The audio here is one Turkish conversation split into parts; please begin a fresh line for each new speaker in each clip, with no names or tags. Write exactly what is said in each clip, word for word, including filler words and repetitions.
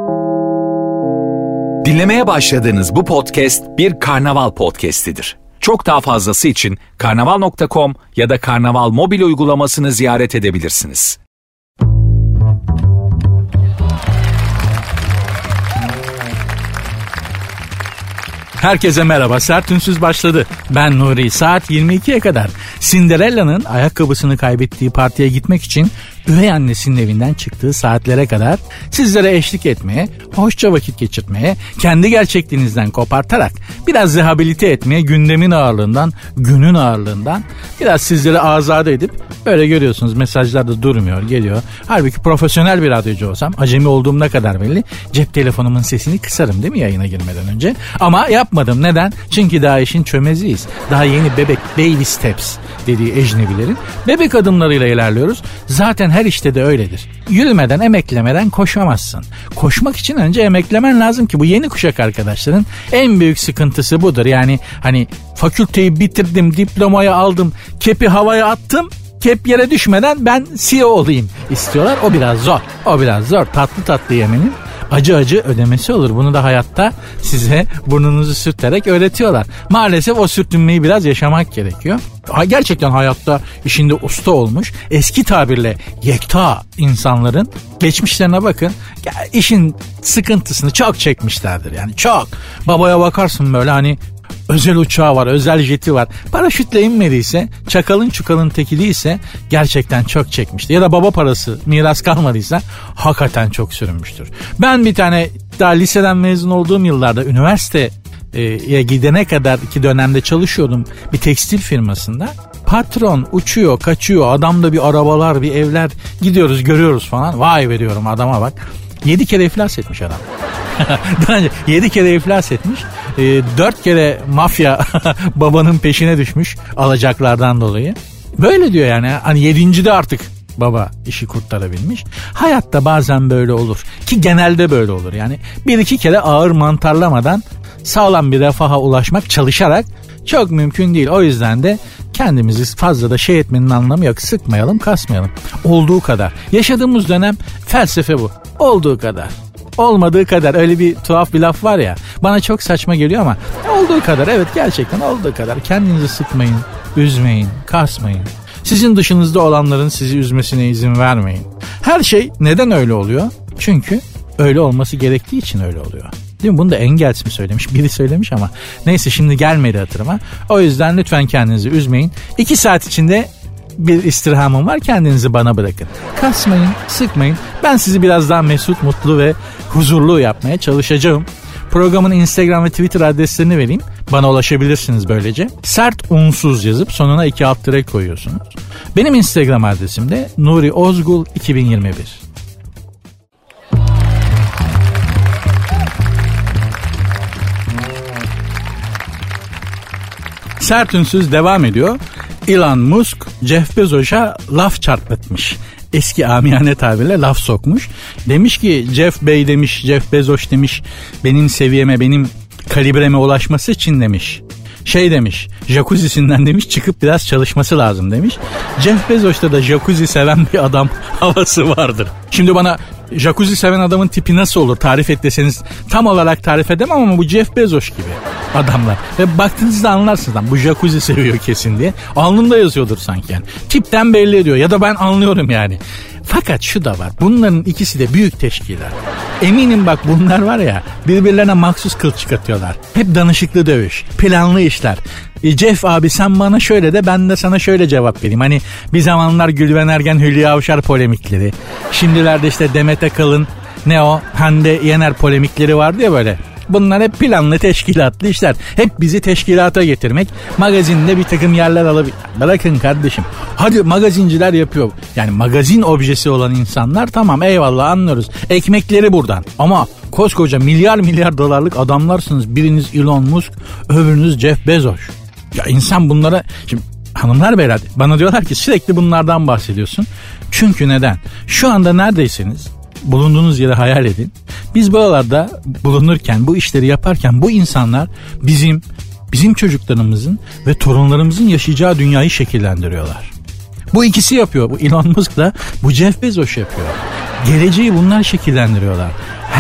Dinlemeye başladığınız bu podcast bir karnaval podcastidir. Çok daha fazlası için karnaval nokta com ya da Karnaval mobil uygulamasını ziyaret edebilirsiniz.
Herkese merhaba. Sert Ünsüz başladı. Ben Nuri. Saat yirmi ikiye kadar Cinderella'nın ayakkabısını kaybettiği partiye gitmek için üvey annesinin evinden çıktığı saatlere kadar sizlere eşlik etmeye, hoşça vakit geçirmeye, kendi gerçekliğinizden kopartarak biraz rehabilite etmeye, gündemin ağırlığından, günün ağırlığından biraz sizleri azade edip, böyle görüyorsunuz mesajlar da durmuyor, geliyor. Halbuki profesyonel bir radyocu olsam, acemi olduğum ne kadar belli, cep telefonumun sesini kısarım değil mi yayına girmeden önce? Ama yapmadım. Neden? Çünkü daha işin çömeziyiz. Daha yeni bebek, baby steps dediği ecnebilerin bebek adımlarıyla ilerliyoruz. Zaten her işte de öyledir. Yürümeden, emeklemeden koşamazsın. Koşmak için önce emeklemen lazım ki bu yeni kuşak arkadaşların en büyük sıkıntısı budur. Yani hani fakülteyi bitirdim, diplomayı aldım, kepi havaya attım, kep yere düşmeden ben C E O olayım istiyorlar. O biraz zor. O biraz zor. Tatlı tatlı yemenin acı acı ödemesi olur. Bunu da hayatta size burnunuzu sürterek öğretiyorlar. Maalesef o sürtünmeyi biraz yaşamak gerekiyor. Gerçekten hayatta işinde usta olmuş, eski tabirle yekta insanların geçmişlerine bakın. İşin sıkıntısını çok çekmişlerdir. Yani çok. Babaya bakarsın böyle hani özel uçağı var, özel jeti var. Paraşütle inmediyse, çakalın çukalın teki değilse gerçekten çok çekmiştir. Ya da baba parası miras kalmadıysa hakikaten çok sürünmüştür. Ben bir tane daha liseden mezun olduğum yıllarda üniversiteye gidene kadar iki dönemde çalışıyordum bir tekstil firmasında. Patron uçuyor, kaçıyor, adamda bir arabalar, bir evler, gidiyoruz görüyoruz falan. Vay be diyorum, adama bak. Yedi kere iflas etmiş adam. Yedi kere iflas etmiş. E, dört kere mafya babanın peşine düşmüş alacaklardan dolayı. Böyle diyor yani. Hani yedincide artık baba işi kurtarabilmiş. Hayatta bazen böyle olur. Ki genelde böyle olur. Yani bir iki kere ağır mantarlamadan sağlam bir refaha ulaşmak çalışarak çok mümkün değil. O yüzden de kendimizi fazla da şey etmenin anlamı yok. Sıkmayalım, kasmayalım. Olduğu kadar. Yaşadığımız dönem felsefe bu. Olduğu kadar. Olmadığı kadar, öyle bir tuhaf bir laf var ya, bana çok saçma geliyor ama olduğu kadar, evet gerçekten olduğu kadar. Kendinizi sıkmayın, üzmeyin, kasmayın. Sizin dışınızda olanların sizi üzmesine izin vermeyin. Her şey neden öyle oluyor? Çünkü öyle olması gerektiği için öyle oluyor. Değil mi? Bunu da Engels mi söylemiş? Biri söylemiş ama neyse şimdi gelmedi hatırıma. O yüzden lütfen kendinizi üzmeyin. İki saat içinde bir istirhamım var, kendinizi bana bırakın. Kasmayın, sıkmayın. Ben sizi biraz daha mesut, mutlu ve huzurlu yapmaya çalışacağım. Programın Instagram ve Twitter adreslerini vereyim. Bana ulaşabilirsiniz böylece. Sert Unsuz yazıp sonuna iki alt tire koyuyorsunuz. Benim Instagram adresim de Nuri Ozgul iki bin yirmi bir. Sert Ünsüz devam ediyor. Elon Musk Jeff Bezos'a laf çarpıtmış. Eski amiyane tabirle laf sokmuş. Demiş ki Jeff Bey demiş, Jeff Bezos demiş, benim seviyeme, benim kalibreme ulaşması için demiş. Şey demiş, jacuzzi'sinden demiş çıkıp biraz çalışması lazım demiş. Jeff Bezos'ta da jacuzzi seven bir adam havası vardır. Şimdi bana jacuzzi seven adamın tipi nasıl olur tarif et deseniz tam olarak tarif edemem ama bu Jeff Bezos gibi adamlar. Ve baktığınızda anlarsınız lan bu jacuzzi seviyor kesin diye. Alnında yazıyordur sanki yani. Tipten belli ediyor ya da ben anlıyorum yani. Fakat şu da var, bunların ikisi de büyük teşkilat. Eminim bak bunlar var ya, birbirlerine maksus kılçık atıyorlar. Hep danışıklı dövüş, planlı işler. E Jeff abi sen bana şöyle de ben de sana şöyle cevap vereyim. Hani bir zamanlar Gülben Ergen Hülya Avşar polemikleri. Şimdilerde işte Demet Akalın, ne o Hande Yener polemikleri vardı ya böyle. Bunlar hep planlı, teşkilatlı işler. Hep bizi teşkilata getirmek, magazinde bir takım yerler alabilir. Bırakın kardeşim. Hadi magazinciler yapıyor. Yani magazin objesi olan insanlar tamam eyvallah anlıyoruz. Ekmekleri buradan. Ama koskoca milyar milyar dolarlık adamlarsınız. Biriniz Elon Musk, öbürünüz Jeff Bezos. Ya insan bunlara... Şimdi hanımlar beyler bana diyorlar ki sürekli bunlardan bahsediyorsun. Çünkü neden? Şu anda neredeyseniz bulunduğunuz yeri hayal edin. Biz buralarda bulunurken, bu işleri yaparken bu insanlar bizim bizim çocuklarımızın ve torunlarımızın yaşayacağı dünyayı şekillendiriyorlar. Bu ikisi yapıyor. Bu Elon Musk da bu Jeff Bezos yapıyor. Geleceği bunlar şekillendiriyorlar. Hem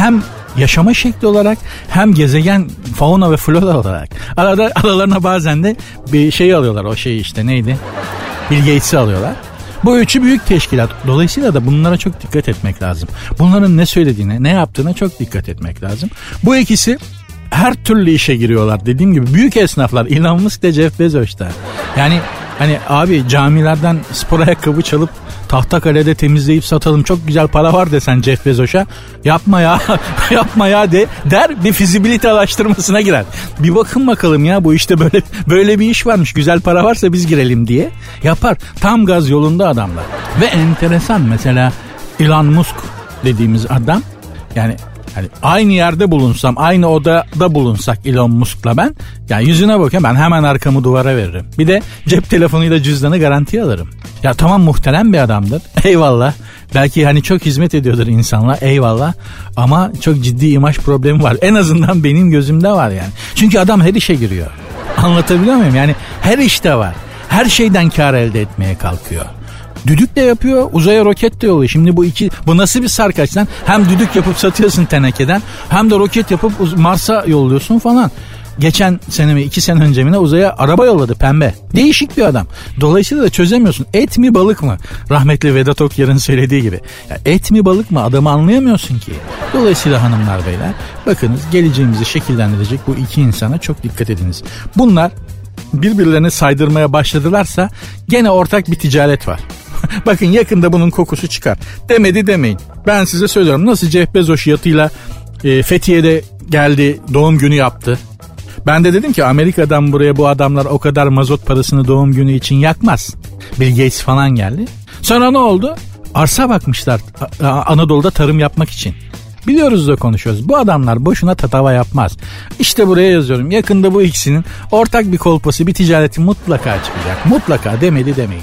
yaşama şekli olarak hem gezegen fauna ve flora olarak. Arada aralarına bazen de bir şey alıyorlar, o şey işte neydi? Bill Gates'i alıyorlar. Bu üçü büyük teşkilat. Dolayısıyla da bunlara çok dikkat etmek lazım. Bunların ne söylediğine, ne yaptığına çok dikkat etmek lazım. Bu ikisi her türlü işe giriyorlar. Dediğim gibi büyük esnaflar. Elon Musk de Jeff Bezos da. Yani hani abi camilerden spor ayakkabı çalıp Tahtakale'de temizleyip satalım, çok güzel para var desen Jeff Bezos'a, yapma ya yapma ya de der, bir fizibilite araştırmasına girer. Bir bakın bakalım ya, bu işte böyle böyle bir iş varmış, güzel para varsa biz girelim diye yapar. Tam gaz yolunda adamlar. Ve enteresan, mesela Elon Musk dediğimiz adam, yani yani aynı yerde bulunsam, aynı odada bulunsak Elon Musk'la ben, yani yüzüne bakıyorum, ben hemen arkamı duvara veririm. Bir de cep telefonuyla cüzdanı garantiye alırım. Ya tamam, muhterem bir adamdır. Eyvallah. Belki hani çok hizmet ediyordur insanlar. Eyvallah. Ama çok ciddi imaj problemi var. En azından benim gözümde var yani. Çünkü adam her işe giriyor. Anlatabiliyor muyum? Yani her işte var. Her şeyden kar elde etmeye kalkıyor. Düdük de yapıyor, uzaya roket de yolluyor. Şimdi bu iki, bu nasıl bir sarkaç lan? Hem düdük yapıp satıyorsun tenekeden, hem de roket yapıp Mars'a yolluyorsun falan. Geçen sene mi, iki sene önce mi ne, uzaya araba yolladı, pembe. Değişik bir adam. Dolayısıyla da çözemiyorsun. Et mi balık mı? Rahmetli Vedat Okyar'ın söylediği gibi. Ya et mi balık mı? Adamı anlayamıyorsun ki. Dolayısıyla hanımlar beyler, bakınız, geleceğimizi şekillendirecek bu iki insana çok dikkat ediniz. Bunlar birbirlerini saydırmaya başladılarsa gene ortak bir ticaret var. Bakın yakında bunun kokusu çıkar. Demedi demeyin. Ben size söylüyorum, nasıl Jeff Bezos yatıyla e, Fethiye'de geldi, doğum günü yaptı. Ben de dedim ki Amerika'dan buraya bu adamlar o kadar mazot parasını doğum günü için yakmaz. Bill Gates falan geldi. Sonra ne oldu? Arsa bakmışlar Anadolu'da tarım yapmak için. Biliyoruz da konuşuyoruz. Bu adamlar boşuna tatava yapmaz. İşte buraya yazıyorum. Yakında bu ikisinin ortak bir kolpası, bir ticareti mutlaka çıkacak. Mutlaka, demedi demeyin.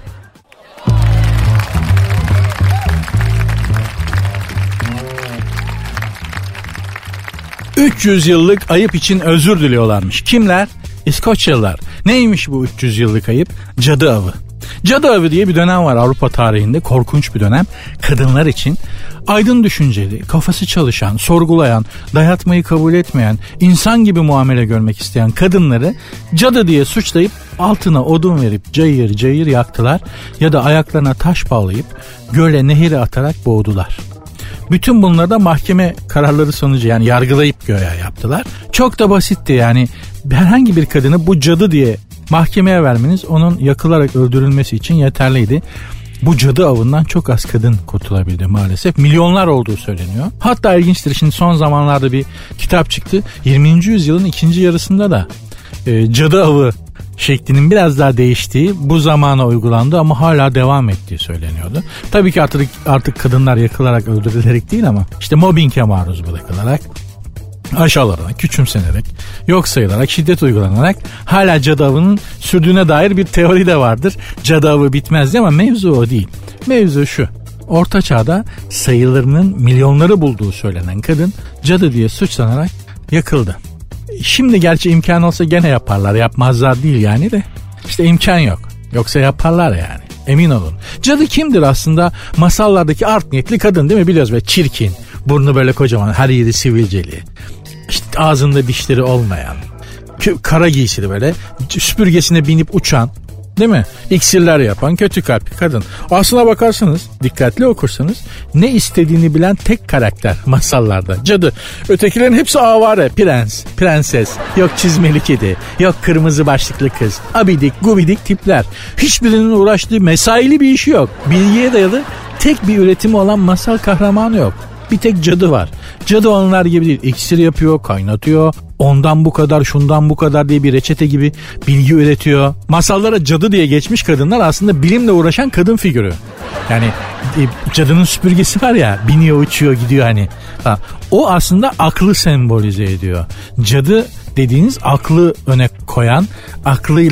üç yüz yıllık ayıp için özür diliyorlarmış. Kimler? İskoçyalılar. Neymiş bu üç yüz yıllık ayıp? Cadı avı. Cadı avı diye bir dönem var Avrupa tarihinde, korkunç bir dönem. Kadınlar için aydın düşünceli, kafası çalışan, sorgulayan, dayatmayı kabul etmeyen, insan gibi muamele görmek isteyen kadınları cadı diye suçlayıp altına odun verip cayır cayır yaktılar ya da ayaklarına taş bağlayıp göle, nehire atarak boğdular. Bütün bunları da mahkeme kararları sonucu, yani yargılayıp göğe yaptılar. Çok da basitti yani, herhangi bir kadını bu cadı diye mahkemeye vermeniz onun yakılarak öldürülmesi için yeterliydi. Bu cadı avından çok az kadın kurtulabildi maalesef. Milyonlar olduğu söyleniyor. Hatta ilginçtir, şimdi son zamanlarda bir kitap çıktı. yirminci yüzyılın ikinci yarısında da e, cadı avı şeklinin biraz daha değiştiği, bu zamana uygulandı ama hala devam ettiği söyleniyordu. Tabii ki artık, artık kadınlar yakılarak, öldürülerek değil ama işte mobbinge maruz bırakılarak, aşağılanarak, küçümsenerek, yok sayılarak, şiddet uygulanarak hala cadı avının sürdüğüne dair bir teori de vardır. Cadı avı bitmez diye, ama mevzu o değil. Mevzu şu: Orta Çağ'da sayılarının milyonları bulduğu söylenen kadın cadı diye suçlanarak yakıldı. Şimdi gerçi imkan olsa gene yaparlar, yapmazlar değil yani de. İşte imkan yok. Yoksa yaparlar yani. Emin olun. Cadı kimdir aslında? Masallardaki art niyetli kadın değil mi? Biliyoruz, böyle çirkin, burnu böyle kocaman, her yeri sivilceli, İşte ağzında dişleri olmayan, kara giysili, böyle süpürgesine binip uçan, değil mi? İksirler yapan kötü kalpli kadın. Aslına bakarsanız, dikkatli okursanız, ne istediğini bilen tek karakter masallarda cadı. Ötekilerin hepsi avare, prens, prenses, yok çizmeli kedi, yok kırmızı başlıklı kız, abidik gubidik tipler. Hiçbirinin uğraştığı mesaili bir işi yok. Bilgiye dayalı tek bir üretimi olan masal kahramanı yok. Bir tek cadı var. Cadı onlar gibi değil. İksir yapıyor, kaynatıyor. Ondan bu kadar, şundan bu kadar diye bir reçete gibi bilgi üretiyor. Masallara cadı diye geçmiş kadınlar aslında bilimle uğraşan kadın figürü. Yani e, cadının süpürgesi var ya, biniyor, uçuyor, gidiyor hani. Ha, o aslında aklı sembolize ediyor. Cadı dediğiniz aklı öne koyan, aklıyla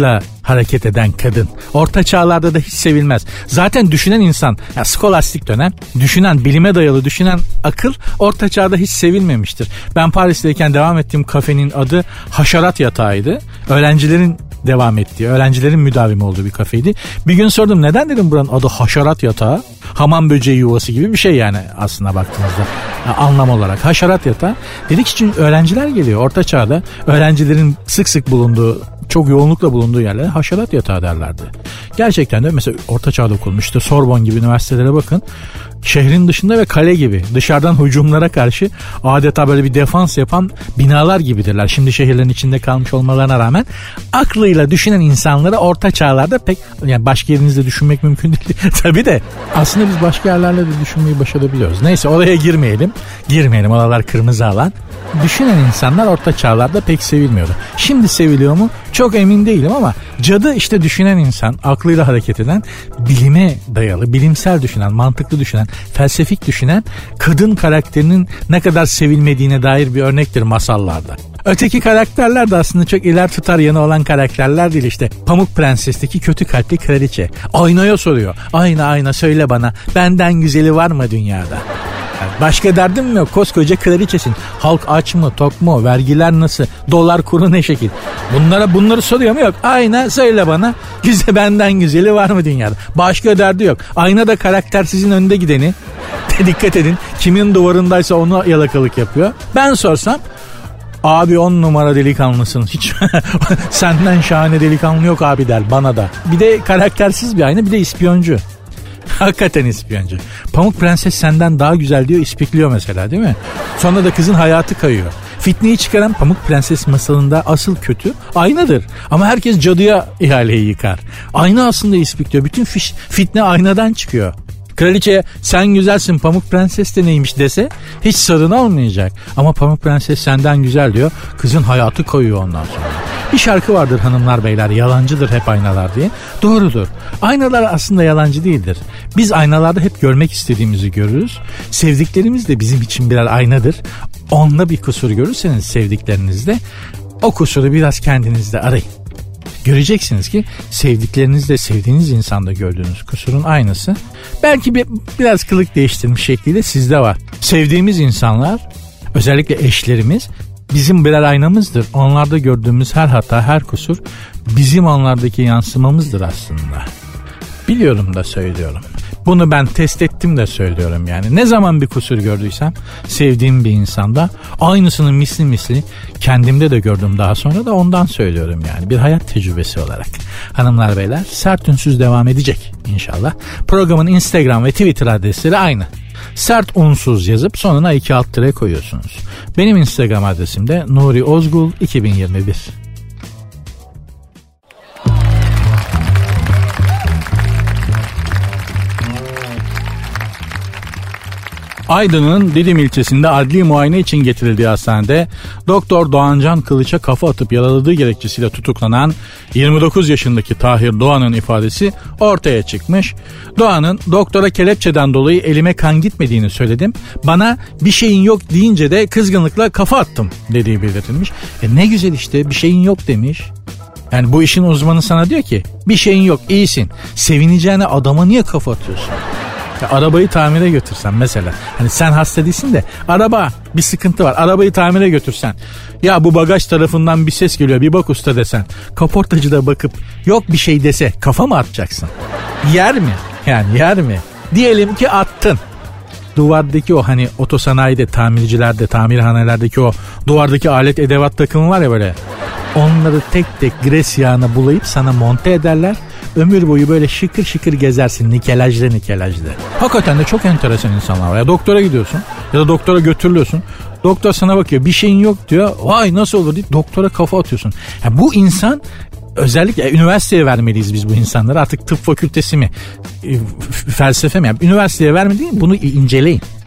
hareket eden kadın. Orta çağlarda da hiç sevilmez. Zaten düşünen insan, ya skolastik dönem, düşünen, bilime dayalı düşünen akıl orta çağda hiç sevilmemiştir. Ben Paris'teyken devam ettiğim kafenin adı Haşerat Yatağı'ydı. Öğrencilerin devam ettiği, öğrencilerin müdavimi olduğu bir kafeydi. Bir gün sordum, neden dedim buranın adı Haşerat Yatağı? Hamam böceği yuvası gibi bir şey yani aslında baktığınızda. Yani anlam olarak Haşerat Yatağı. Dedik için öğrenciler geliyor. Orta çağda öğrencilerin sık sık bulunduğu, çok yoğunlukla bulunduğu yerlere Haşerat Yatağı derlerdi. Gerçekten de mesela Orta Çağ'da okulmuş, işte Sorbonne gibi üniversitelere bakın. Şehrin dışında ve kale gibi dışarıdan hücumlara karşı adeta böyle bir defans yapan binalar gibidirler. Şimdi şehirlerin içinde kalmış olmalarına rağmen aklıyla düşünen insanları orta çağlarda pek, yani başka yerinizde düşünmek mümkün değil. Tabii de aslında biz başka yerlerle de düşünmeyi başarabiliyoruz. Neyse, oraya girmeyelim. Girmeyelim, oralar kırmızı alan. Düşünen insanlar orta çağlarda pek sevilmiyordu. Şimdi seviliyor mu? Çok emin değilim ama cadı işte düşünen insan, aklıyla hareket eden, bilime dayalı, bilimsel düşünen, mantıklı düşünen, felsefik düşünen kadın karakterinin ne kadar sevilmediğine dair bir örnektir masallarda. Öteki karakterler de aslında çok iler tutar yanı olan karakterler değil işte. Pamuk Prenses'teki kötü kalpli kraliçe. Aynaya soruyor. Ayna ayna söyle bana, benden güzeli var mı dünyada? Başka derdim mi yok? Koskoca kraliçesin. Halk aç mı, tok mu, vergiler nasıl, dolar kuru ne şekil? Bunlara bunları soruyor mu? Yok. Ayna söyle bana, güzel, benden güzeli var mı dünyada? Başka derdi yok. Ayna da karaktersizin önünde gideni. Dikkat edin, kimin duvarındaysa onu yalakalık yapıyor. Ben sorsam, abi on numara delikanlısın, hiç senden şahane delikanlı yok abi der bana da. Bir de karaktersiz bir ayna, bir de ispiyoncu. Hakikaten ispiyoncu. Pamuk Prenses senden daha güzel diyor, ispikliyor mesela, değil mi? Sonra da kızın hayatı kayıyor. Fitneyi çıkaran Pamuk Prenses masalında asıl kötü aynadır. Ama herkes cadıya ihaleyi yıkar. Ayna aslında ispikliyor. Bütün fiş, fitne aynadan çıkıyor. Kraliçeye sen güzelsin, Pamuk Prenses de neymiş dese hiç sorun olmayacak. Ama Pamuk Prenses senden güzel diyor. Kızın hayatı koyuyor ondan sonra. Bir şarkı vardır hanımlar beyler, yalancıdır hep aynalar diye. Doğrudur. Aynalar aslında yalancı değildir. Biz aynalarda hep görmek istediğimizi görürüz. Sevdiklerimiz de bizim için birer aynadır. Onda bir kusur görürseniz sevdiklerinizde, o kusuru biraz kendinizde arayın. Göreceksiniz ki sevdiklerinizde, sevdiğiniz insanda gördüğünüz kusurun aynısı belki bir, biraz kılık değiştirmiş şekliyle sizde var. Sevdiğimiz insanlar, özellikle eşlerimiz, bizim birer aynamızdır. Onlarda gördüğümüz her hata, her kusur bizim onlardaki yansımamızdır aslında. Biliyorum da söylüyorum. Bunu ben test ettim de söylüyorum yani. Ne zaman bir kusur gördüysem sevdiğim bir insanda, aynısının misli misli kendimde de gördüm daha sonra da ondan söylüyorum yani. Bir hayat tecrübesi olarak. Hanımlar beyler, Sert Ünsüz devam edecek inşallah. Programın Instagram ve Twitter adresleri aynı. Sert Unsuz yazıp sonuna iki alt tire koyuyorsunuz. Benim Instagram adresim de Nuri Ozgul iki bin yirmi bir. Aydın'ın Didim ilçesinde adli muayene için getirildiği hastanede Doktor Doğancan Kılıç'a kafa atıp yaraladığı gerekçesiyle tutuklanan yirmi dokuz yaşındaki Tahir Doğan'ın ifadesi ortaya çıkmış. Doğan'ın doktora kelepçeden dolayı elime kan gitmediğini söyledim, bana bir şeyin yok deyince de kızgınlıkla kafa attım dediği belirtilmiş. E ne güzel işte, bir şeyin yok demiş. Yani bu işin uzmanı sana diyor ki bir şeyin yok, iyisin. Sevineceğine adama niye kafa atıyorsun? Ya arabayı tamire götürsen mesela, hani sen hasta değilsin de araba bir sıkıntı var, arabayı tamire götürsen, ya bu bagaj tarafından bir ses geliyor bir bak usta desen, kaportacı da bakıp yok bir şey dese kafa mı atacaksın? Yer mi? Yani yer mi? Diyelim ki attın. Duvardaki o hani otosanayide, tamircilerde, tamirhanelerdeki o duvardaki alet edevat takımı var ya böyle, onları tek tek gres yağına bulayıp sana monte ederler. Ömür boyu böyle şıkır şıkır gezersin, nikelajlı nikelajlı. Hakikaten de çok enteresan insanlar var. Ya doktora gidiyorsun ya da doktora götürülüyorsun. Doktor sana bakıyor, bir şeyin yok diyor. Vay nasıl olur deyip doktora kafa atıyorsun. Ya bu insan, özellikle üniversiteye vermeliyiz biz bu insanları. Artık tıp fakültesi mi, felsefe mi? Yani üniversiteye vermediğin, bunu inceleyin.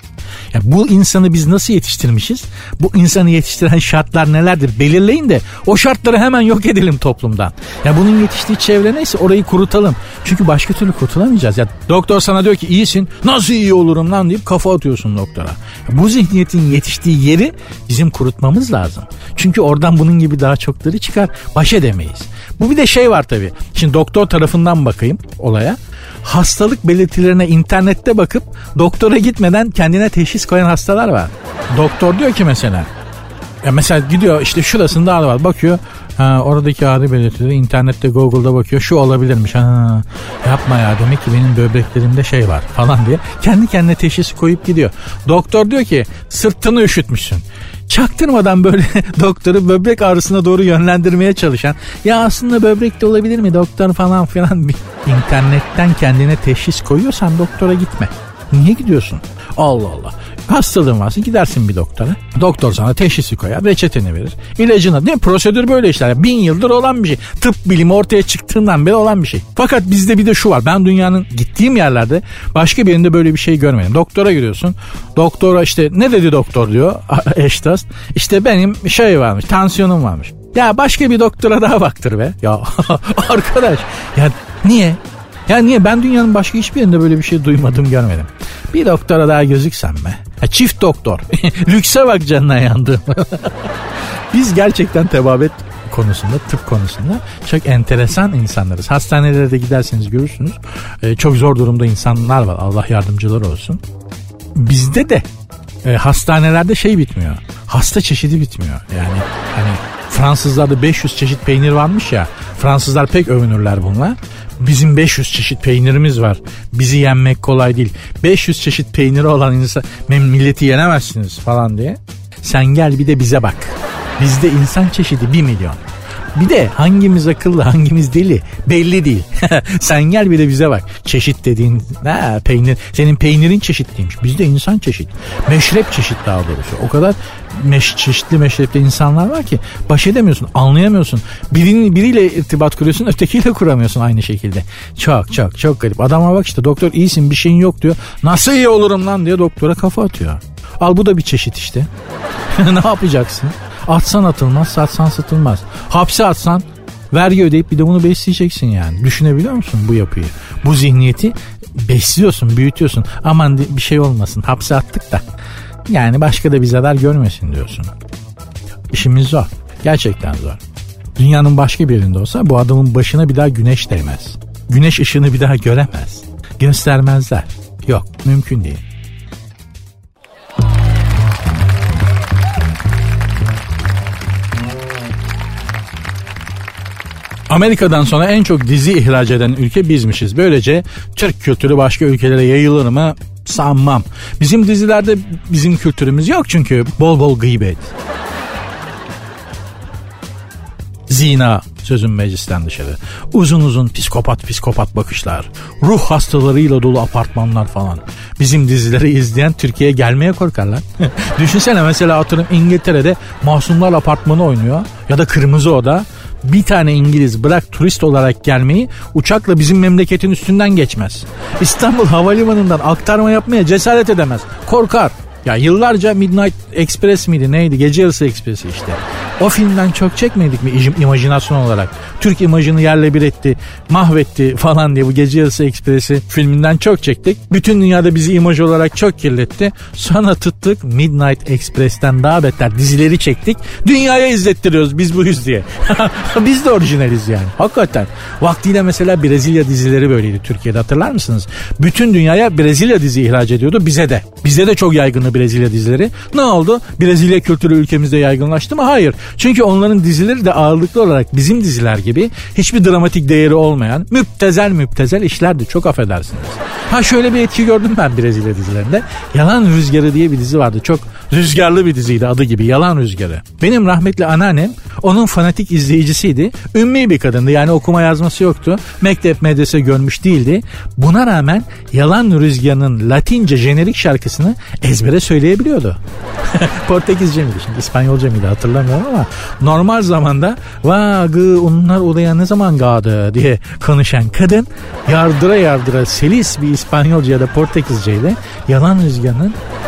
Yani bu insanı biz nasıl yetiştirmişiz? Bu insanı yetiştiren şartlar nelerdir? Belirleyin de o şartları hemen yok edelim toplumdan. Ya yani bunun yetiştiği çevre neyse orayı kurutalım. Çünkü başka türlü kurtulamayacağız. Ya doktor sana diyor ki iyisin. Nasıl iyi olurum lan deyip kafa atıyorsun doktora. Bu zihniyetin yetiştiği yeri bizim kurutmamız lazım. Çünkü oradan bunun gibi daha çokları çıkar. Baş edemeyiz. Bu bir de şey var tabii. Şimdi doktor tarafından bakayım olaya. Hastalık belirtilerine internette bakıp doktora gitmeden kendine teşhis koyan hastalar var. Doktor diyor ki mesela ya mesela gidiyor işte şurasında ağrı var. Bakıyor ha, oradaki ağrı belirtileri internette Google'da bakıyor. Şu olabilirmiş. Ha, yapma ya demek ki benim böbreklerimde şey var falan diye. Kendi kendine teşhisi koyup gidiyor. Doktor diyor ki sırtını üşütmüşsün. Çaktırmadan böyle doktoru böbrek ağrısına doğru yönlendirmeye çalışan ya aslında böbrek de olabilir mi doktor falan filan bir internetten kendine teşhis koyuyorsan doktora gitme. Niye gidiyorsun? Allah Allah. Hastalığın varsa gidersin bir doktora. Doktor sana teşhisi koyar, reçeteni verir. İlacını, değil mi? Prosedür böyle işler. Bin yıldır olan bir şey. Tıp bilimi ortaya çıktığından beri olan bir şey. Fakat bizde bir de şu var. Ben dünyanın gittiğim yerlerde başka birinde böyle bir şey görmedim. Doktora gidiyorsun. Doktora işte ne dedi doktor diyor eş dost. İşte benim şey varmış, tansiyonum varmış. Ya başka bir doktora daha baktır be. Ya arkadaş ya niye? Ya niye? Ben dünyanın başka hiçbir yerinde böyle bir şey duymadım, görmedim. Bir doktora daha gözüksen be. Ya çift doktor. Lükse bak canına yandım. Biz gerçekten tebabet konusunda, tıp konusunda çok enteresan insanlarız. Hastanelere de giderseniz görürsünüz. Ee, çok zor durumda insanlar var. Allah yardımcıları olsun. Bizde de e, hastanelerde şey bitmiyor. Hasta çeşidi bitmiyor. Yani hani Fransızlarda beş yüz çeşit peynir varmış ya. Fransızlar pek övünürler bunlar. Bizim beş yüz çeşit peynirimiz var. Bizi yenmek kolay değil. beş yüz çeşit peyniri olan insan milleti yenemezsiniz falan diye. Sen gel bir de bize bak. Bizde insan çeşidi bir milyon. Bir de hangimiz akıllı hangimiz deli belli değil. Sen gel bir de bize bak. Çeşit dediğin ha, peynir. Senin peynirin çeşitliymiş. Bizde insan çeşit. Meşrep çeşit daha doğrusu. O kadar meş, çeşitli meşrepte insanlar var ki baş edemiyorsun, anlayamıyorsun. Birinin, biriyle irtibat kuruyorsun, ötekiyle kuramıyorsun aynı şekilde. Çok çok çok garip. Adama bak işte doktor iyisin bir şeyin yok diyor. Nasıl iyi olurum lan diye doktora kafa atıyor. Al bu da bir çeşit işte. Ne yapacaksın? Atsan atılmaz, satsan satılmaz. Hapse atsan vergi ödeyip bir de bunu besleyeceksin yani. Düşünebiliyor musun bu yapıyı? Bu zihniyeti besliyorsun, büyütüyorsun. Aman bir şey olmasın, hapse attık da. Yani başka da bir zarar görmesin diyorsun. İşimiz zor. Gerçekten zor. Dünyanın başka bir yerinde olsa bu adamın başına bir daha güneş değmez. Güneş ışığını bir daha göremez. Göstermezler. Yok, mümkün değil. Amerika'dan sonra en çok dizi ihraç eden ülke bizmişiz. Böylece Türk kültürü başka ülkelere yayılır mı? Sanmam. Bizim dizilerde bizim kültürümüz yok çünkü bol bol gıybet. Zina, sözün meclisten dışarı. Uzun uzun psikopat psikopat bakışlar. Ruh hastalarıyla dolu apartmanlar falan. Bizim dizileri izleyen Türkiye'ye gelmeye korkarlar. Düşünsene mesela atıyorum İngiltere'de Masumlar Apartmanı oynuyor. Ya da Kırmızı Oda. Bir tane İngiliz bırak turist olarak gelmeyi uçakla bizim memleketin üstünden geçmez. İstanbul Havalimanı'ndan aktarma yapmaya cesaret edemez. Korkar. Ya yıllarca Midnight Express miydi neydi? Gece Yarısı Ekspresi işte. O filmden çok çekmedik mi imajinasyon olarak? Türk imajını yerle bir etti, mahvetti falan diye bu Gece Yarısı Ekspresi filminden çok çektik. Bütün dünyada bizi imaj olarak çok kirletti. Sonra tuttuk Midnight Express'ten daha beter dizileri çektik. Dünyaya izlettiriyoruz biz buyuz diye. Biz de orijinaliz yani. Hakikaten. Vaktiyle mesela Brezilya dizileri böyleydi Türkiye'de, hatırlar mısınız? Bütün dünyaya Brezilya dizi ihraç ediyordu, bize de. Bize de çok yaygındı Brezilya dizileri. Ne oldu? Brezilya kültürü ülkemizde yaygınlaştı mı? Hayır. Çünkü onların dizileri de ağırlıklı olarak bizim diziler gibi hiçbir dramatik değeri olmayan müptezel müptezel işlerdi. Çok affedersiniz. Ha şöyle bir etki gördüm ben Brezilya dizilerinde. Yalan Rüzgarı diye bir dizi vardı. Çok rüzgarlı bir diziydi adı gibi. Yalan Rüzgarı. Benim rahmetli anneannem onun fanatik izleyicisiydi. Ümmi bir kadındı. Yani okuma yazması yoktu. Mektep medrese görmüş değildi. Buna rağmen Yalan Rüzgarı'nın Latince jenerik şarkısını ezbere söyleyebiliyordu. Portekizce miydi şimdi? İspanyolca mıydı hatırlamıyorum ama normal zamanda vagı onlar odaya ne zaman gağdı diye konuşan kadın yardıra yardıra selis bir İspanyolca ya da Portekizce ile Yalan Rüzgarı'nın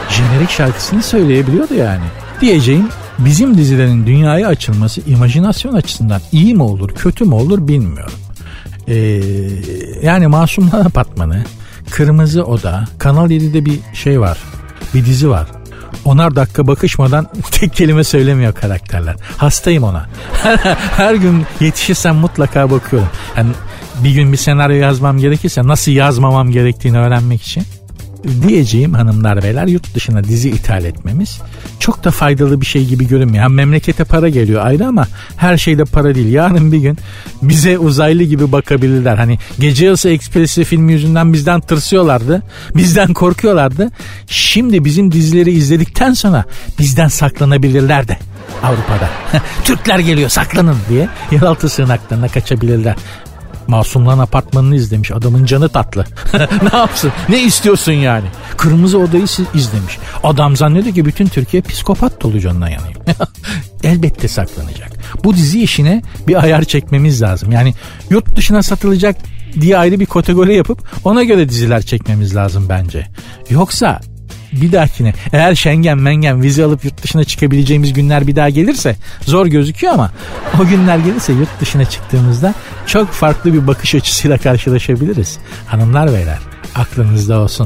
jenerik şarkısını söyleyebiliyordu yani. Diyeceğim, bizim dizilerin dünyaya açılması imajinasyon açısından iyi mi olur kötü mü olur bilmiyorum. Ee, yani Masumlar Apartmanı, Kırmızı Oda, Kanal yedide bir şey var, bir dizi var. Onar dakika bakışmadan tek kelime söylemiyor karakterler. Hastayım ona. Her gün yetişirsem mutlaka bakıyorum. Yani bir gün bir senaryo yazmam gerekirse nasıl yazmamam gerektiğini öğrenmek için. Diyeceğim hanımlar beyler, yurt dışına dizi ithal etmemiz çok da faydalı bir şey gibi görünmüyor. Yani memlekete para geliyor ayrı ama her şeyde para değil. Yarın bir gün bize uzaylı gibi bakabilirler. Hani Gece Yarısı Ekspresi filmi yüzünden bizden tırsıyorlardı. Bizden korkuyorlardı. Şimdi bizim dizileri izledikten sonra bizden saklanabilirler de Avrupa'da. Türkler geliyor saklanın diye yeraltı sığınaklarına kaçabilirler. Masumlar Apartmanı'nı izlemiş. Adamın canı tatlı. Ne yapsın? Ne istiyorsun yani? Kırmızı Oda'yı izlemiş. Adam zannediyor ki bütün Türkiye psikopat dolu, canına yanayım. Elbette saklanacak. Bu dizi işine bir ayar çekmemiz lazım. Yani yurt dışına satılacak diye ayrı bir kategori yapıp ona göre diziler çekmemiz lazım bence. Yoksa bir dahakine eğer Schengen mengen vize alıp yurt dışına çıkabileceğimiz günler bir daha gelirse zor gözüküyor ama o günler gelirse yurt dışına çıktığımızda çok farklı bir bakış açısıyla karşılaşabiliriz. Hanımlar beyler, aklınızda olsun.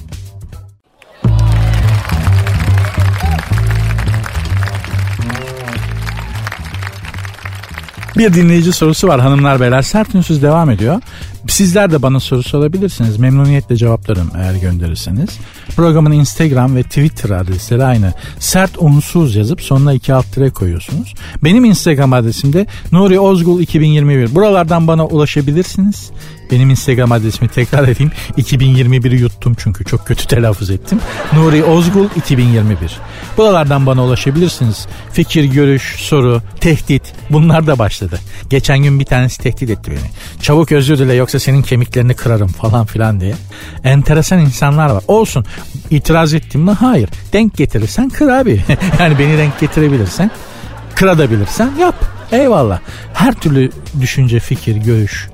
Bir dinleyici sorusu var hanımlar beyler. Sert Ünsüz devam ediyor. Sizler de bana soru sorabilirsiniz. Memnuniyetle cevaplarım eğer gönderirseniz. Programın Instagram ve Twitter adresleri aynı. Sert Unsuz yazıp sonuna iki alt tire koyuyorsunuz. Benim Instagram adresim de Nuri Ozgul iki bin yirmi bir. Buralardan bana ulaşabilirsiniz. Benim Instagram adresimi tekrar edeyim. iki bin yirmi biri yuttum çünkü çok kötü telaffuz ettim. Nuri Ozgul iki bin yirmi bir. Buralardan bana ulaşabilirsiniz. Fikir, görüş, soru, tehdit, bunlar da başladı. Geçen gün bir tanesi tehdit etti beni. Çabuk özür dile yoksa senin kemiklerini kırarım falan filan diye. Enteresan insanlar var. Olsun. İtiraz ettim mi? Hayır. Denk getirirsen kır abi. Yani beni denk getirebilirsen, kırabilirsen yap. Eyvallah. Her türlü düşünce, fikir, görüş,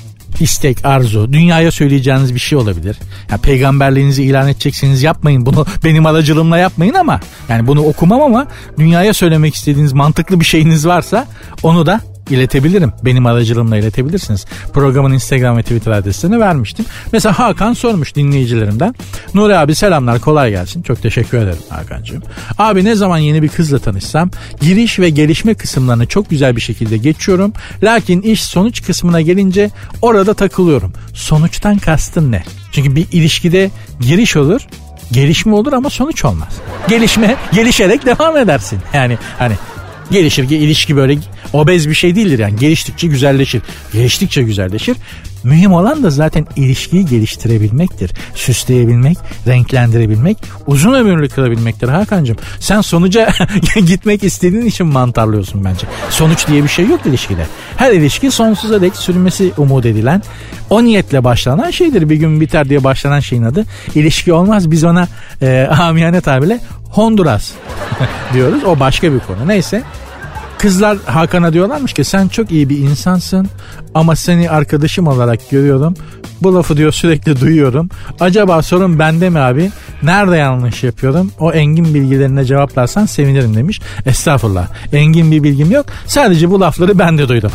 istek, arzu, dünyaya söyleyeceğiniz bir şey olabilir. Yani peygamberliğinizi ilan edeceksiniz, yapmayın bunu benim aracılığımla yapmayın ama yani bunu okumam ama dünyaya söylemek istediğiniz mantıklı bir şeyiniz varsa onu da iletebilirim. Benim aracılığımla iletebilirsiniz. Programın Instagram ve Twitter adreslerini vermiştim. Mesela Hakan sormuş dinleyicilerimden. Nuri abi selamlar, kolay gelsin. Çok teşekkür ederim Hakan'cığım. Abi ne zaman yeni bir kızla tanışsam giriş ve gelişme kısımlarını çok güzel bir şekilde geçiyorum. Lakin iş sonuç kısmına gelince orada takılıyorum. Sonuçtan kastın ne? Çünkü bir ilişkide giriş olur, gelişme olur ama sonuç olmaz. Gelişme, gelişerek devam edersin. Yani hani gelişir ki ilişki böyle obez bir şey değildir yani. Geliştikçe güzelleşir. Geliştikçe güzelleşir. Mühim olan da zaten ilişkiyi geliştirebilmektir. Süsleyebilmek, renklendirebilmek, uzun ömürlü kılabilmektir Hakan'cığım. Sen sonuca gitmek istediğin için mantarlıyorsun bence. Sonuç diye bir şey yok ilişkide. Her ilişki sonsuza dek sürmesi umut edilen, o niyetle başlanan şeydir. Bir gün biter diye başlanan şeyin adı ilişki olmaz. Biz ona e, amiyane tabirle Honduras diyoruz. O başka bir konu. Neyse. Kızlar Hakan'a diyorlarmış ki sen çok iyi bir insansın ama seni arkadaşım olarak görüyorum. Bu lafı diyor sürekli duyuyorum. Acaba sorun bende mi abi? Nerede yanlış yapıyorum? O engin bilgilerine cevaplarsan sevinirim demiş. Estağfurullah. Engin bir bilgim yok. Sadece bu lafları ben de duydum.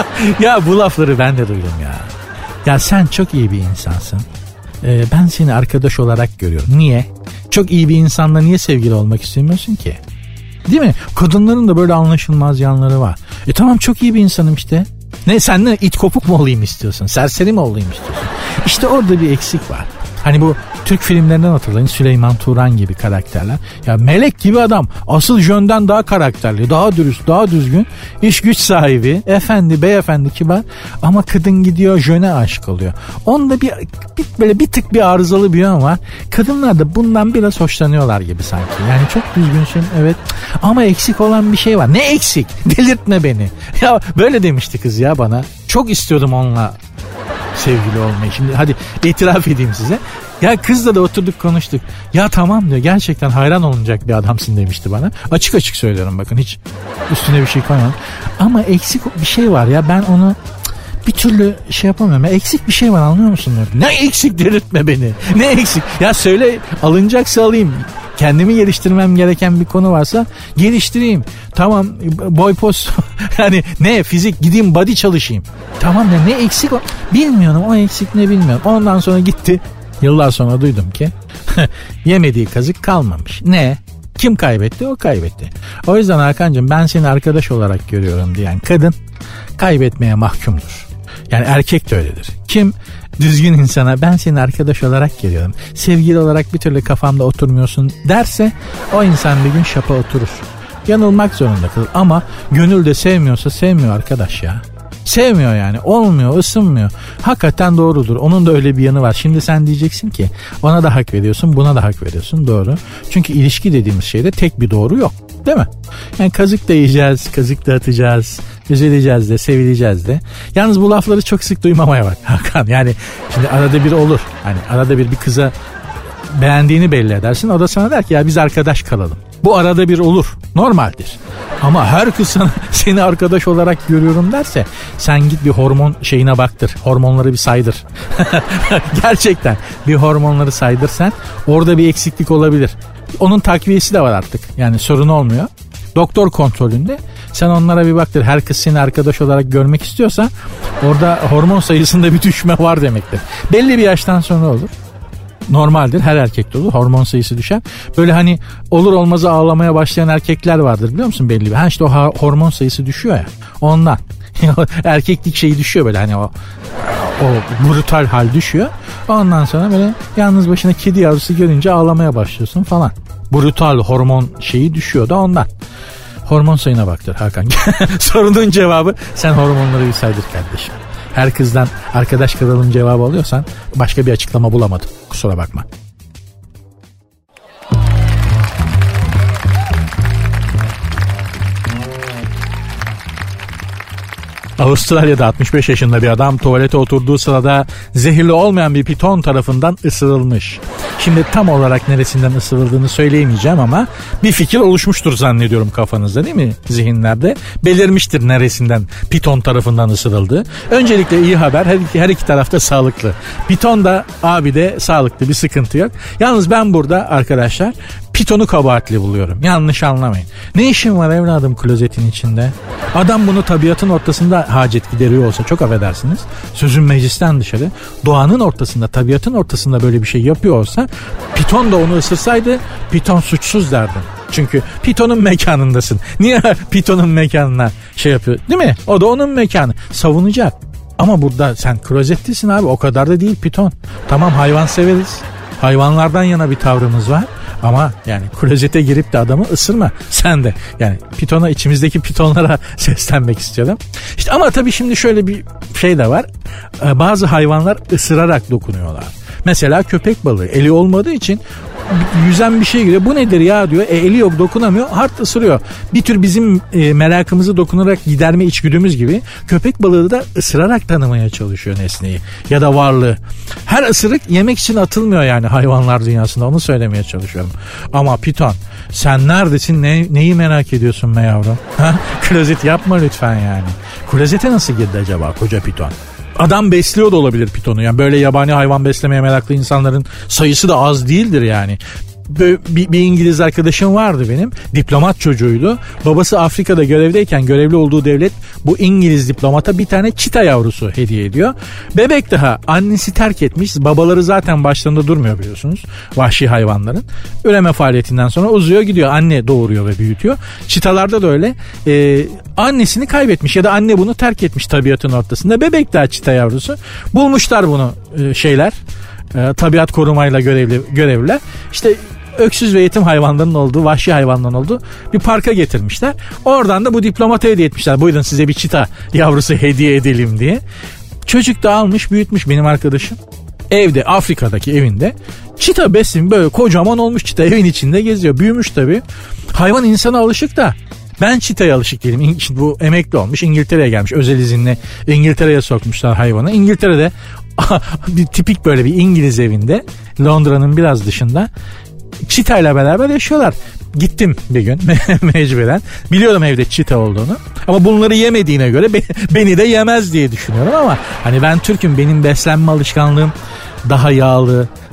Ya bu lafları ben de duydum ya. Ya sen çok iyi bir insansın. Ee, ben seni arkadaş olarak görüyorum. Niye? Çok iyi bir insanla niye sevgili olmak istemiyorsun ki? Değil mi? Kadınların da böyle anlaşılmaz yanları var. E tamam çok iyi bir insanım işte. Ne sen ne it kopuk mu olayım istiyorsun? Serseri mi olayım istiyorsun? İşte orada bir eksik var. Hani bu Türk filmlerinden hatırlayın, Süleyman Turan gibi karakterler. Ya melek gibi adam. Asıl Jön'den daha karakterli, daha dürüst, daha düzgün. İş güç sahibi, efendi, beyefendi, kibar. Ama kadın gidiyor Jön'e aşık oluyor. Onda bir, bir böyle bir tık bir arızalı bir yön var. Kadınlar da bundan biraz hoşlanıyorlar gibi sanki. Yani çok düzgünsün evet. Ama eksik olan bir şey var. Ne eksik? Delirtme beni. Ya böyle demişti kız ya bana. Çok istiyordum onunla sevgili olmayı. Şimdi hadi itiraf edeyim size. Ya kızla da oturduk konuştuk. Ya tamam diyor, gerçekten hayran olunacak bir adamsın demişti bana. Açık açık söylüyorum bakın, hiç üstüne bir şey koymadım. Ama eksik bir şey var ya, ben onu bir türlü şey yapamıyorum. Ya eksik bir şey var, anlıyor musun? Ne eksik, delirtme beni. Ne eksik? Ya söyle, alınacaksa alayım. Kendimi geliştirmem gereken bir konu varsa geliştireyim. Tamam, boy poz yani ne, fizik, gideyim body çalışayım. Tamam ya, ne eksik o bilmiyorum, o eksik ne bilmiyorum. Ondan sonra gitti, yıllar sonra duydum ki yemediği kazık kalmamış. Ne? Kim kaybetti? O kaybetti. O yüzden Hakan'cığım, ben seni arkadaş olarak görüyorum diyen kadın kaybetmeye mahkumdur. Yani erkek de öyledir. Kim düzgün insana ben seni arkadaş olarak görüyorum, sevgili olarak bir türlü kafamda oturmuyorsun derse, o insan bir gün şapa oturur. Yanılmak zorunda kalır. Ama gönül de sevmiyorsa sevmiyor arkadaş ya. Sevmiyor yani. Olmuyor, ısınmıyor. Hakikaten doğrudur. Onun da öyle bir yanı var. Şimdi sen diyeceksin ki ona da hak veriyorsun, buna da hak veriyorsun. Doğru. Çünkü ilişki dediğimiz şeyde tek bir doğru yok. Değil mi? Yani kazık da yiyeceğiz, kazık da atacağız, üzüleceğiz de, sevileceğiz de. Yalnız bu lafları çok sık duymamaya bak Hakan. Yani şimdi arada bir olur. Hani arada bir bir kıza beğendiğini belli edersin. O da sana der ki ya biz arkadaş kalalım. Bu arada bir olur. Normaldir. Ama her kız sana, seni arkadaş olarak görüyorum derse, sen git bir hormon şeyine baktır. Hormonları bir saydır. Gerçekten bir hormonları saydır sen. Orada bir eksiklik olabilir. Onun takviyesi de var artık. Yani sorun olmuyor. Doktor kontrolünde sen onlara bir baktır. Her kız seni arkadaş olarak görmek istiyorsa orada hormon sayısında bir düşme var demektir. Belli bir yaştan sonra olur. Normaldir, her erkekte olur, hormon sayısı düşer. Böyle hani olur olmazı ağlamaya başlayan erkekler vardır, biliyor musun, belli bir. Ha işte o ha, hormon sayısı düşüyor ya, ondan. Erkeklik şeyi düşüyor böyle, hani o o brutal hal düşüyor. Ondan sonra böyle yalnız başına kedi yavrusu görünce ağlamaya başlıyorsun falan. Brutal hormon şeyi düşüyor da ondan. Hormon sayına baktır Hakan. Sorunun cevabı sen hormonları bir saydır kardeşim. Her kızdan arkadaş kalalım cevabı alıyorsan başka bir açıklama bulamadım. Kusura bakma. Avustralya'da altmış beş yaşında bir adam tuvalete oturduğu sırada zehirli olmayan bir piton tarafından ısırılmış. Şimdi tam olarak neresinden ısırıldığını söyleyemeyeceğim ama bir fikir oluşmuştur zannediyorum kafanızda, değil mi? Zihinlerde belirmiştir neresinden piton tarafından ısırıldığı. Öncelikle iyi haber, her iki, her iki tarafta sağlıklı. Piton da abi de sağlıklı, bir sıkıntı yok. Yalnız ben burada arkadaşlar pitonu kabahatli buluyorum. Yanlış anlamayın. Ne işin var evladım klozetin içinde? Adam bunu tabiatın ortasında hacet gideriyor olsa, çok affedersiniz, sözün meclisten dışarı, doğanın ortasında, tabiatın ortasında böyle bir şey yapıyor olsa, piton da onu ısırsaydı piton suçsuz derdim. Çünkü pitonun mekanındasın. Niye pitonun mekanına şey yapıyor, değil mi? O da onun mekanı. Savunacak. Ama burada sen klozettesin abi, o kadar da değil piton. Tamam, hayvan severiz. Hayvanlardan yana bir tavrımız var. Ama yani klozete girip de adamı ısırma sen de. Yani pitona, içimizdeki pitonlara seslenmek istiyorum. İşte ama tabii şimdi şöyle bir şey de var. Bazı hayvanlar ısırarak dokunuyorlar. Mesela köpek balığı eli olmadığı için yüzen bir şey giriyor. Bu nedir ya diyor. E, eli yok, dokunamıyor. Hard ısırıyor. Bir tür bizim e, merakımızı dokunarak giderme içgüdümüz gibi köpek balığı da ısırarak tanımaya çalışıyor nesneyi ya da varlığı. Her ısırık yemek için atılmıyor yani hayvanlar dünyasında. Onu söylemeye çalışıyorum. Ama piton, sen neredesin? Ne, neyi merak ediyorsun be yavrum? Ha? Klozet yapma lütfen yani. Klozete nasıl girdi acaba koca piton? Adam besliyor da olabilir pitonu. Yani böyle yabani hayvan beslemeye meraklı insanların sayısı da az değildir yani. Bir, bir İngiliz arkadaşım vardı benim. Diplomat çocuğuydu. Babası Afrika'da görevdeyken görevli olduğu devlet bu İngiliz diplomata bir tane çita yavrusu hediye ediyor. Bebek daha, annesi terk etmiş. Babaları zaten başlarında durmuyor biliyorsunuz. Vahşi hayvanların. Üreme faaliyetinden sonra uzuyor gidiyor. Anne doğuruyor ve büyütüyor. Çitalarda da öyle. Ee, annesini kaybetmiş ya da anne bunu terk etmiş tabiatın ortasında. Bebek daha çita yavrusu. Bulmuşlar bunu e, şeyler. E, tabiat korumayla görevli görevliler. İşte öksüz ve yetim hayvanların olduğu, vahşi hayvanların olduğu bir parka getirmişler. Oradan da bu diplomata hediye etmişler. Buyurun size bir çita yavrusu hediye edelim diye. Çocuk da almış, büyütmüş benim arkadaşım. Evde, Afrika'daki evinde çita besin böyle kocaman olmuş çita, evin içinde geziyor. Büyümüş tabii. Hayvan insana alışık da ben çitaya alışık değilim. Bu emekli olmuş, İngiltere'ye gelmiş. Özel izinle İngiltere'ye sokmuşlar hayvanı. İngiltere'de bir tipik böyle bir İngiliz evinde, Londra'nın biraz dışında çitayla beraber yaşıyorlar. Gittim bir gün mecburen. Biliyorum evde çita olduğunu. Ama bunları yemediğine göre beni de yemez diye düşünüyorum ama hani ben Türk'üm, benim beslenme alışkanlığım daha yağlı,